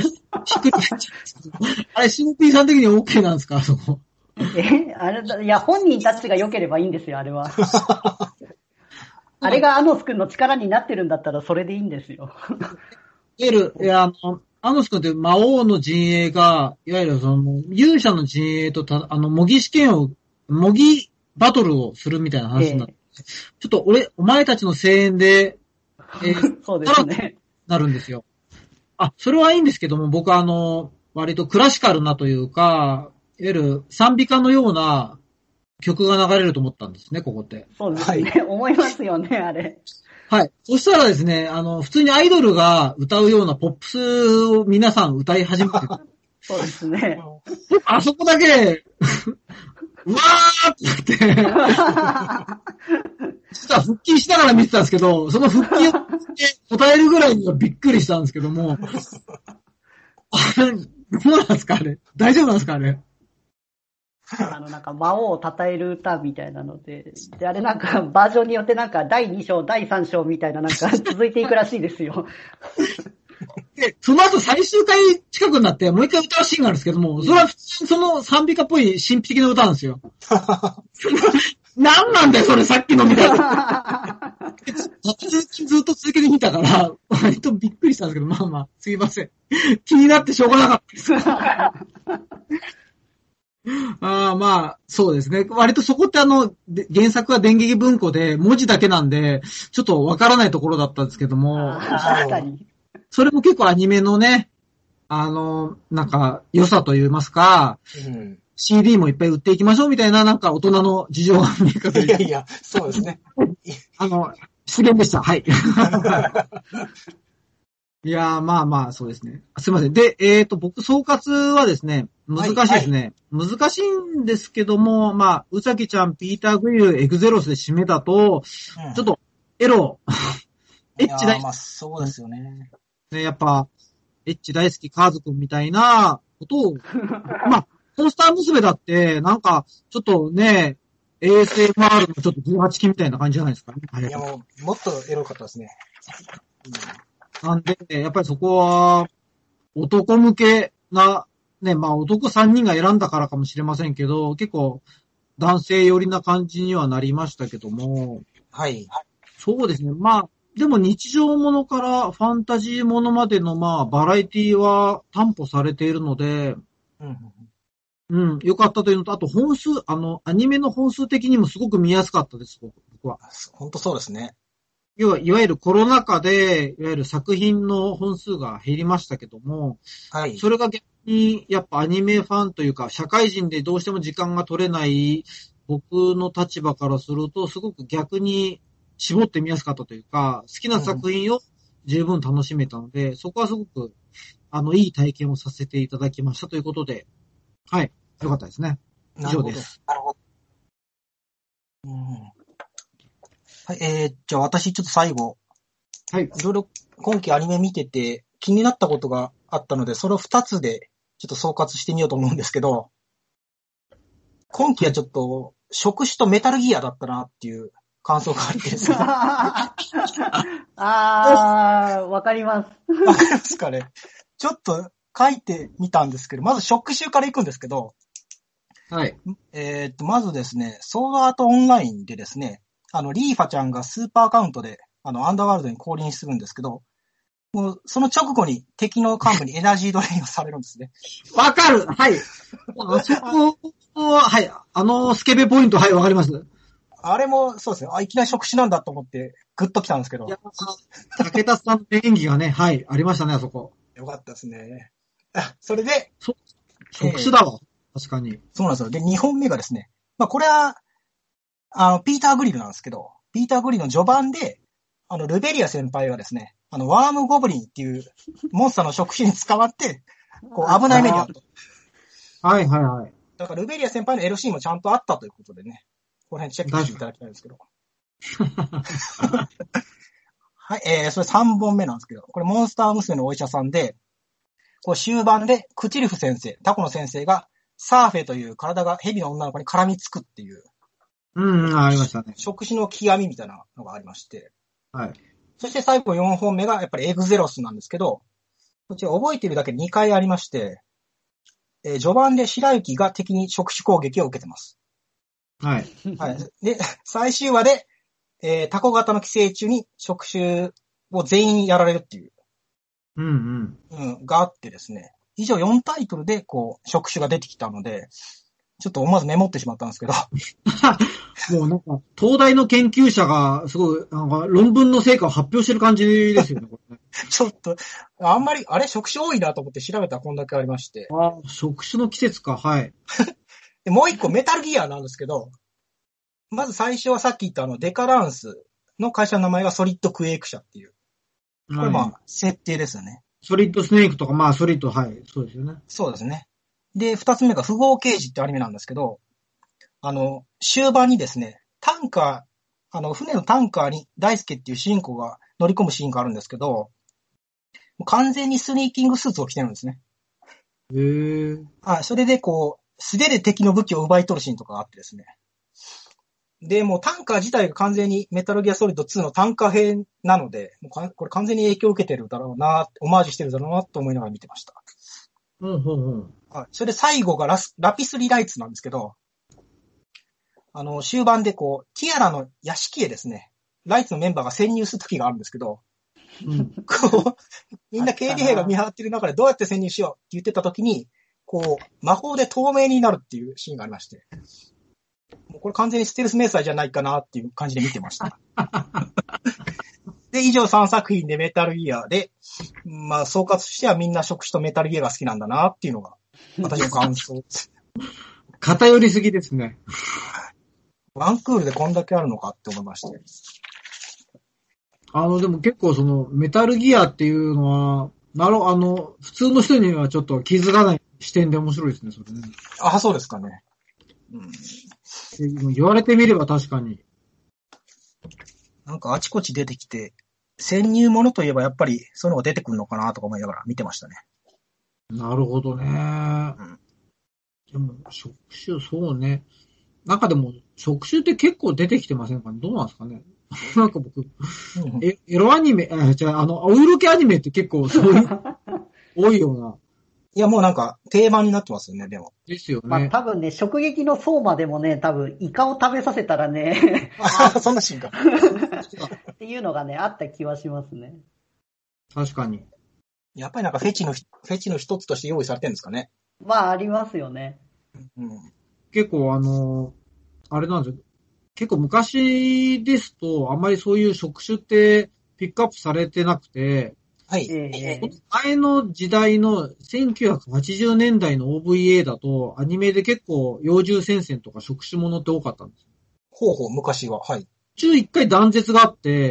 あれ、シンピーさん的に OK なんですか？そこ。 えあれ、いや、本人たちが良ければいいんですよ、あれは。あれがアノス君の力になってるんだったらそれでいいんですよ。 いわゆる、いや、あの、アノス君って魔王の陣営が、いわゆるその、勇者の陣営とた、あの、模擬試験を、模擬バトルをするみたいな話になって、えー、ちょっと俺、お前たちの声援で、 えー、そうですね。 なるんですよ。あ、それはいいんですけども、僕はあの、割とクラシカルなというか、いわゆる賛美歌のような曲が流れると思ったんですね、ここって。 そうですね。はい、思いますよね、あれ。 はい。そしたらですね、あの、普通にアイドルが歌うようなポップスを皆さん歌い始めてそうですね。 あそこだけ、うわーって言って、実は復帰しながら見てたんですけど、その復帰を答えるぐらいにはびっくりしたんですけども、あれ、どうなんですかあれ大丈夫なんですかあれあの、なんか魔王を称える歌みたいなので、で、あれなんかバージョンによってなんかだいに章、だいさん章みたいななんか続いていくらしいですよ。 で、その後最終回近くになってもう一回歌うシーンがあるんですけども、それは普通にその賛美歌っぽい神秘的な歌なんですよ。なんなんだよ、それさっきのみたいな。ずっと続けてみたから、割とびっくりしたんですけど、まあまあ、すいません。気になってしょうがなかったです。 ああ、まあ、そうですね。割とそこってあの、原作は電撃文庫で文字だけなんで、ちょっとわからないところだったんですけども、 確かに。 それも結構アニメのね、あの、なんか、良さと言いますか、うん、シーディー もいっぱい売っていきましょうみたいな、なんか大人の事情が見え方いやいや、そうですね。 あの、失言でした。はい。いやー、まあまあ、そうですね。すいません。で、えっと、僕、総括はですね、難しいですね。はいはい、難しいんですけども、まあ、うさぎちゃん、ピーター・グリル、エグゼロスで締めだと、うん、ちょっと、エロ、エッチ大好き。 まあ、そうですよね。 ね、やっぱ、エッチ大好きカーズくんみたいなことを、まあ、モンスター娘だって、なんか、ちょっとね、エーエスエムアール のちょっとじゅうはちきみたいな感じじゃないですかね。 いや、もう、もっとエロかったですね。 うん、なんで、やっぱりそこは、男向けな、ね、まあ男さんにんが選んだからかもしれませんけど、結構男性寄りな感じにはなりましたけども。 はい。 そうですね。まあ、でも日常ものからファンタジーものまでのまあバラエティは担保されているので、うん、うん、よかったというのと、あと本数、あの、アニメの本数的にもすごく見やすかったです、僕は。 本当そうですね。 要は、いわゆるコロナ禍で、いわゆる作品の本数が減りましたけども、はい。それが逆に、やっぱアニメファンというか、社会人でどうしても時間が取れない僕の立場からすると、すごく逆に絞ってみやすかったというか、好きな作品を十分楽しめたので、うん、そこはすごく、あの、いい体験をさせていただきましたということで、はい。よかったですね。以上です。なるほど。 うん、はい、えー、じゃあ私ちょっと最後。はい。いろいろ今期アニメ見てて気になったことがあったので、それを二つでちょっと総括してみようと思うんですけど、今期はちょっと触手とメタルギアだったなっていう感想があってですね。 あー、わかります。 わかりますかね。ちょっと書いてみたんですけど、まず触手から行くんですけど、はい。えー、っと、まずですね、ソードアートオンラインでですね、あの、リーファちゃんがスーパーアカウントで、あの、アンダーワールドに降臨するんですけど、もう、その直後に敵の幹部にエナジードレインをされるんですね。 わかるはい。あそこは、はい。あの、スケベポイント、はい、わかります。 あれも、そうですね。あ、いきなり触手なんだと思って、グッと来たんですけど。いや、 武田さんの演技がね、はい、ありましたね、あそこ。 よかったですね。あ、それで、 そ、触手だわ。えー、確かに。 そうなんですよ。で、にほんめがですね、まあ、これは、あの、ピーター・グリルなんですけど、ピーター・グリルの序盤で、あの、ルベリア先輩がですね、あの、ワームゴブリンっていうモンスターの触手に捕まって、こう、危ない目にあった。 はいはいはい。 だから、ルベリア先輩の エルシー もちゃんとあったということでね、この辺チェックしていただきたいんですけど。はい、えー、それさんぼんめなんですけど、これモンスター娘のお医者さんで、こう終盤でクチリフ先生、タコの先生が、サーフェという体が蛇の女の子に絡みつくっていう、 うん、ありましたね。 触手の極みみたいなのがありまして。 はい。 そして最後よんほんめがやっぱりエグゼロスなんですけど、こちら覚えているだけでにかいありまして、えー、序盤で白雪が敵に触手攻撃を受けてます。 はい。 はい。で、最終話で、えー、タコ型の寄生虫に触手を全員やられるっていう。 うんうん。 うん、があってですね。以上よんタイトルで、こう、触手が出てきたので、ちょっと思わずメモってしまったんですけど。 もうなんか、東大の研究者が、すごい、なんか、論文の成果を発表してる感じですよね、これね。 ちょっと、あんまり、あれ、触手多いなと思って調べたらこんだけありまして。 ああ、触手の季節か、はい。 でもう一個、メタルギアなんですけど、まず最初はさっき言ったあの、デカランスの会社の名前がソリッドクエイク社っていう。これまあ、はい、設定ですよね。 ソリッドスネークとか、まあ、ソリッド、はい、そうですよね。 そうですね。で、二つ目が富豪刑事ってアニメなんですけど、あの、終盤にですね、タンカー、あの、船のタンカーに大輔っていう主人公が乗り込むシーンがあるんですけど、完全にスニーキングスーツを着てるんですね。 へー。 あ、それでこう、素手で敵の武器を奪い取るシーンとかがあってですね。で、もうタンカー自体が完全にメタルギアソリッドツーのタンカー編なので、もうこれ完全に影響を受けてるだろうな、オマージュしてるだろうなと思いながら見てました。 うんうんうん。 はい。それで最後がラス、ラピスリライツなんですけど、あの、終盤でこう、ティアラの屋敷へですね、ライツのメンバーが潜入する時があるんですけど、うん、こう、みんな警備兵が見張ってる中でどうやって潜入しようって言ってた時に、 こう、魔法で透明になるっていうシーンがありまして、もうこれ完全にステルス迷彩じゃないかなっていう感じで見てました。で、以上さんさく品でメタルギアで、まあ総括してはみんな触手とメタルギアが好きなんだなっていうのが、私の感想です。 偏りすぎですね。 ワンクールでこんだけあるのかって思いまして。 あの、でも結構その、メタルギアっていうのは、なる、あの、普通の人にはちょっと気づかない視点で面白いですね、それね。 あ、そうですかね。 うん、言われてみれば確かに。 なんかあちこち出てきて、潜入ものといえばやっぱりそういうのが出てくるのかなとか思いながら見てましたね。 なるほどね。うん、でも、触手、そうね。なんかでも、触手って結構出てきてませんかね？どうなんですかね？なんか僕、うん、エロアニメ、あ、じゃあ、あの、お色気アニメって結構そういう、多いような。 いや、もうなんか、定番になってますよね、でも。 ですよね。 まあ多分ね、直撃の相馬でもね、多分、イカを食べさせたらね。 あ、そんなシーンか。 っていうのがね、あった気はしますね。 確かに。 やっぱりなんかフェチの、フェチの一つとして用意されてるんですかね。 まあ、ありますよね。 うん、結構あの、あれなんですよ。結構昔ですと、あんまりそういう触手ってピックアップされてなくて、 はい。えー、前の時代のせんきゅうひゃくはちじゅうねんだいの オーブイエー だと、アニメで結構幼獣戦線とか触手ものって多かったんです。 ほうほう、昔は。はい。 中一回断絶があって、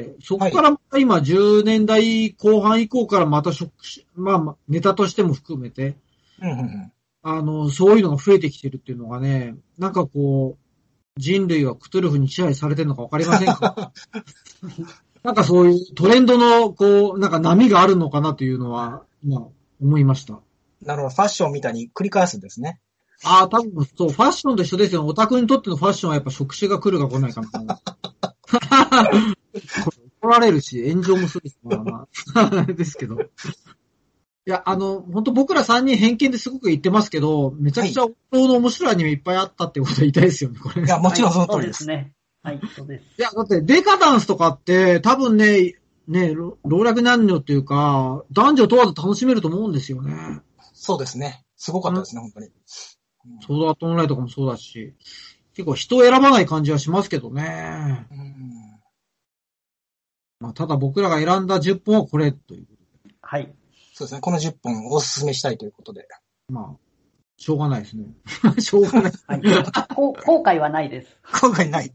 そこからまた今じゅうねんだいこう半以降からまた触手、まあネタとしても含めて、 うんうんうん、あの、そういうのが増えてきてるっていうのがね、なんかこう、人類はクトゥルフに支配されてるのかわかりませんか？なんかそういうトレンドの、こう、なんか波があるのかなというのは、まあ、思いました。 なるほど、ファッションみたいに繰り返すんですね。 ああ、多分そう、ファッションと一緒ですよ。オタクにとってのファッションはやっぱ触手が来るか来ないかみたいな。怒られるし、炎上もするし、まあまあ、ですけど。いや、あの、本当僕らさんにん偏見ですごく言ってますけど、めちゃくちゃ王道の面白いアニメいっぱいあったってことは言いたいですよね、これ。 いや、もちろんその通りです。 はい、そうですね。はい、そうです。 いや、だってデカダンスとかって多分ね、ね、老若男女っていうか、男女問わず楽しめると思うんですよね。 そうですね。すごかったですね、本当に。 ソードアートオンラインとかもそうだし、結構人を選ばない感じはしますけどね。うんまあ、ただ僕らが選んだじゅっぽんはこれという。 はい。 そうですね。このじゅっぽんをお勧めしたいということで。 まあ、しょうがないですね。しょうがない。 はい、後悔はないです。 後悔ない。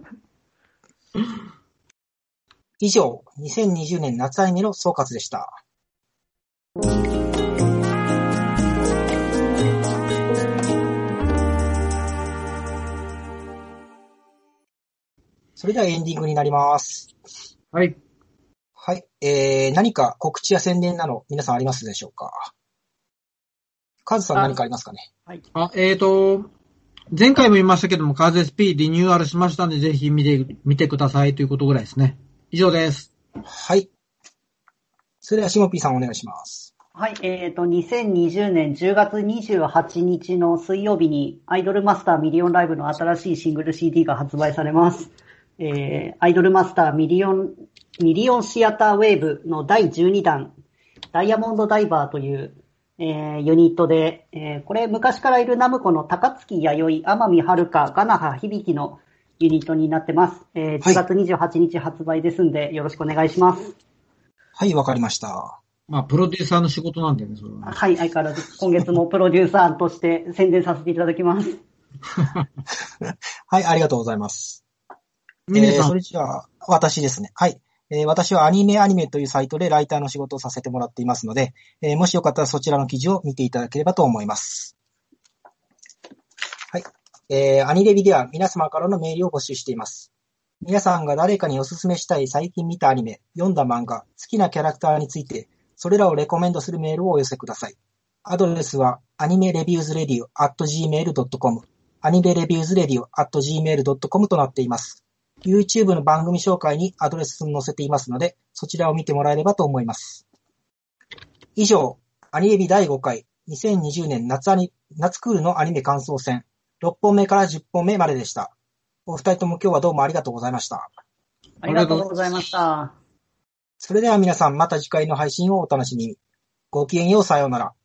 以上、にせんにじゅうねん夏アニメの総括でした。それではエンディングになります。 はい。 はい。えー、何か告知や宣伝など皆さんありますでしょうか？カズさん何かありますかね？ はい。あ、えーと、前回も言いましたけども、カーズ エスピー リニューアルしましたんで、ぜひ見て、見てくださいということぐらいですね。以上です。 はい。それでは、しもぴーさんお願いします。 はい、えっと、にせんにじゅうねんじゅうがつにじゅうはちにちの水曜日に、アイドルマスターミリオンライブの新しいシングル シーディー が発売されます。えー、アイドルマスターミリオン、ミリオンシアターウェーブのだいじゅうにだん、ダイヤモンドダイバーという、えー、ユニットで、えー、これ昔からいるナムコの高槻弥生、天海遥、ガナハ響のユニットになってます。えー、じゅうがつにじゅうはちにち発売ですんで、はい、よろしくお願いします。 はい、わかりました。 まあ、プロデューサーの仕事なんでね、それは、ね。 はい、相変わらず、今月もプロデューサーとして宣伝させていただきます。 はい、ありがとうございます。ミネさん。えー、それじゃあ、私ですね。はい。えー、私はアニメアニメというサイトでライターの仕事をさせてもらっていますので、えー、もしよかったらそちらの記事を見ていただければと思います。はい。えー、アニレビでは皆様からのメールを募集しています。皆さんが誰かにおすすめしたい最近見たアニメ、読んだ漫画、好きなキャラクターについて、それらをレコメンドするメールをお寄せください。アドレスはアニメレビューズレディオ アットジーメールドットコム アニメレビューズレディオ アットジーメールドットコム となっています。YouTube の番組紹介にアドレス載せていますので、そちらを見てもらえればと思います。以上、アニレビだいごかい、にせんにじゅうねん夏アニ、夏クールのアニメ感想戦、ろっぽんめからじゅっぽんめまででした。お二人とも今日はどうもありがとうございました。 ありがとうございました。 それでは皆さんまた次回の配信をお楽しみに。ごきげんよう、さようなら。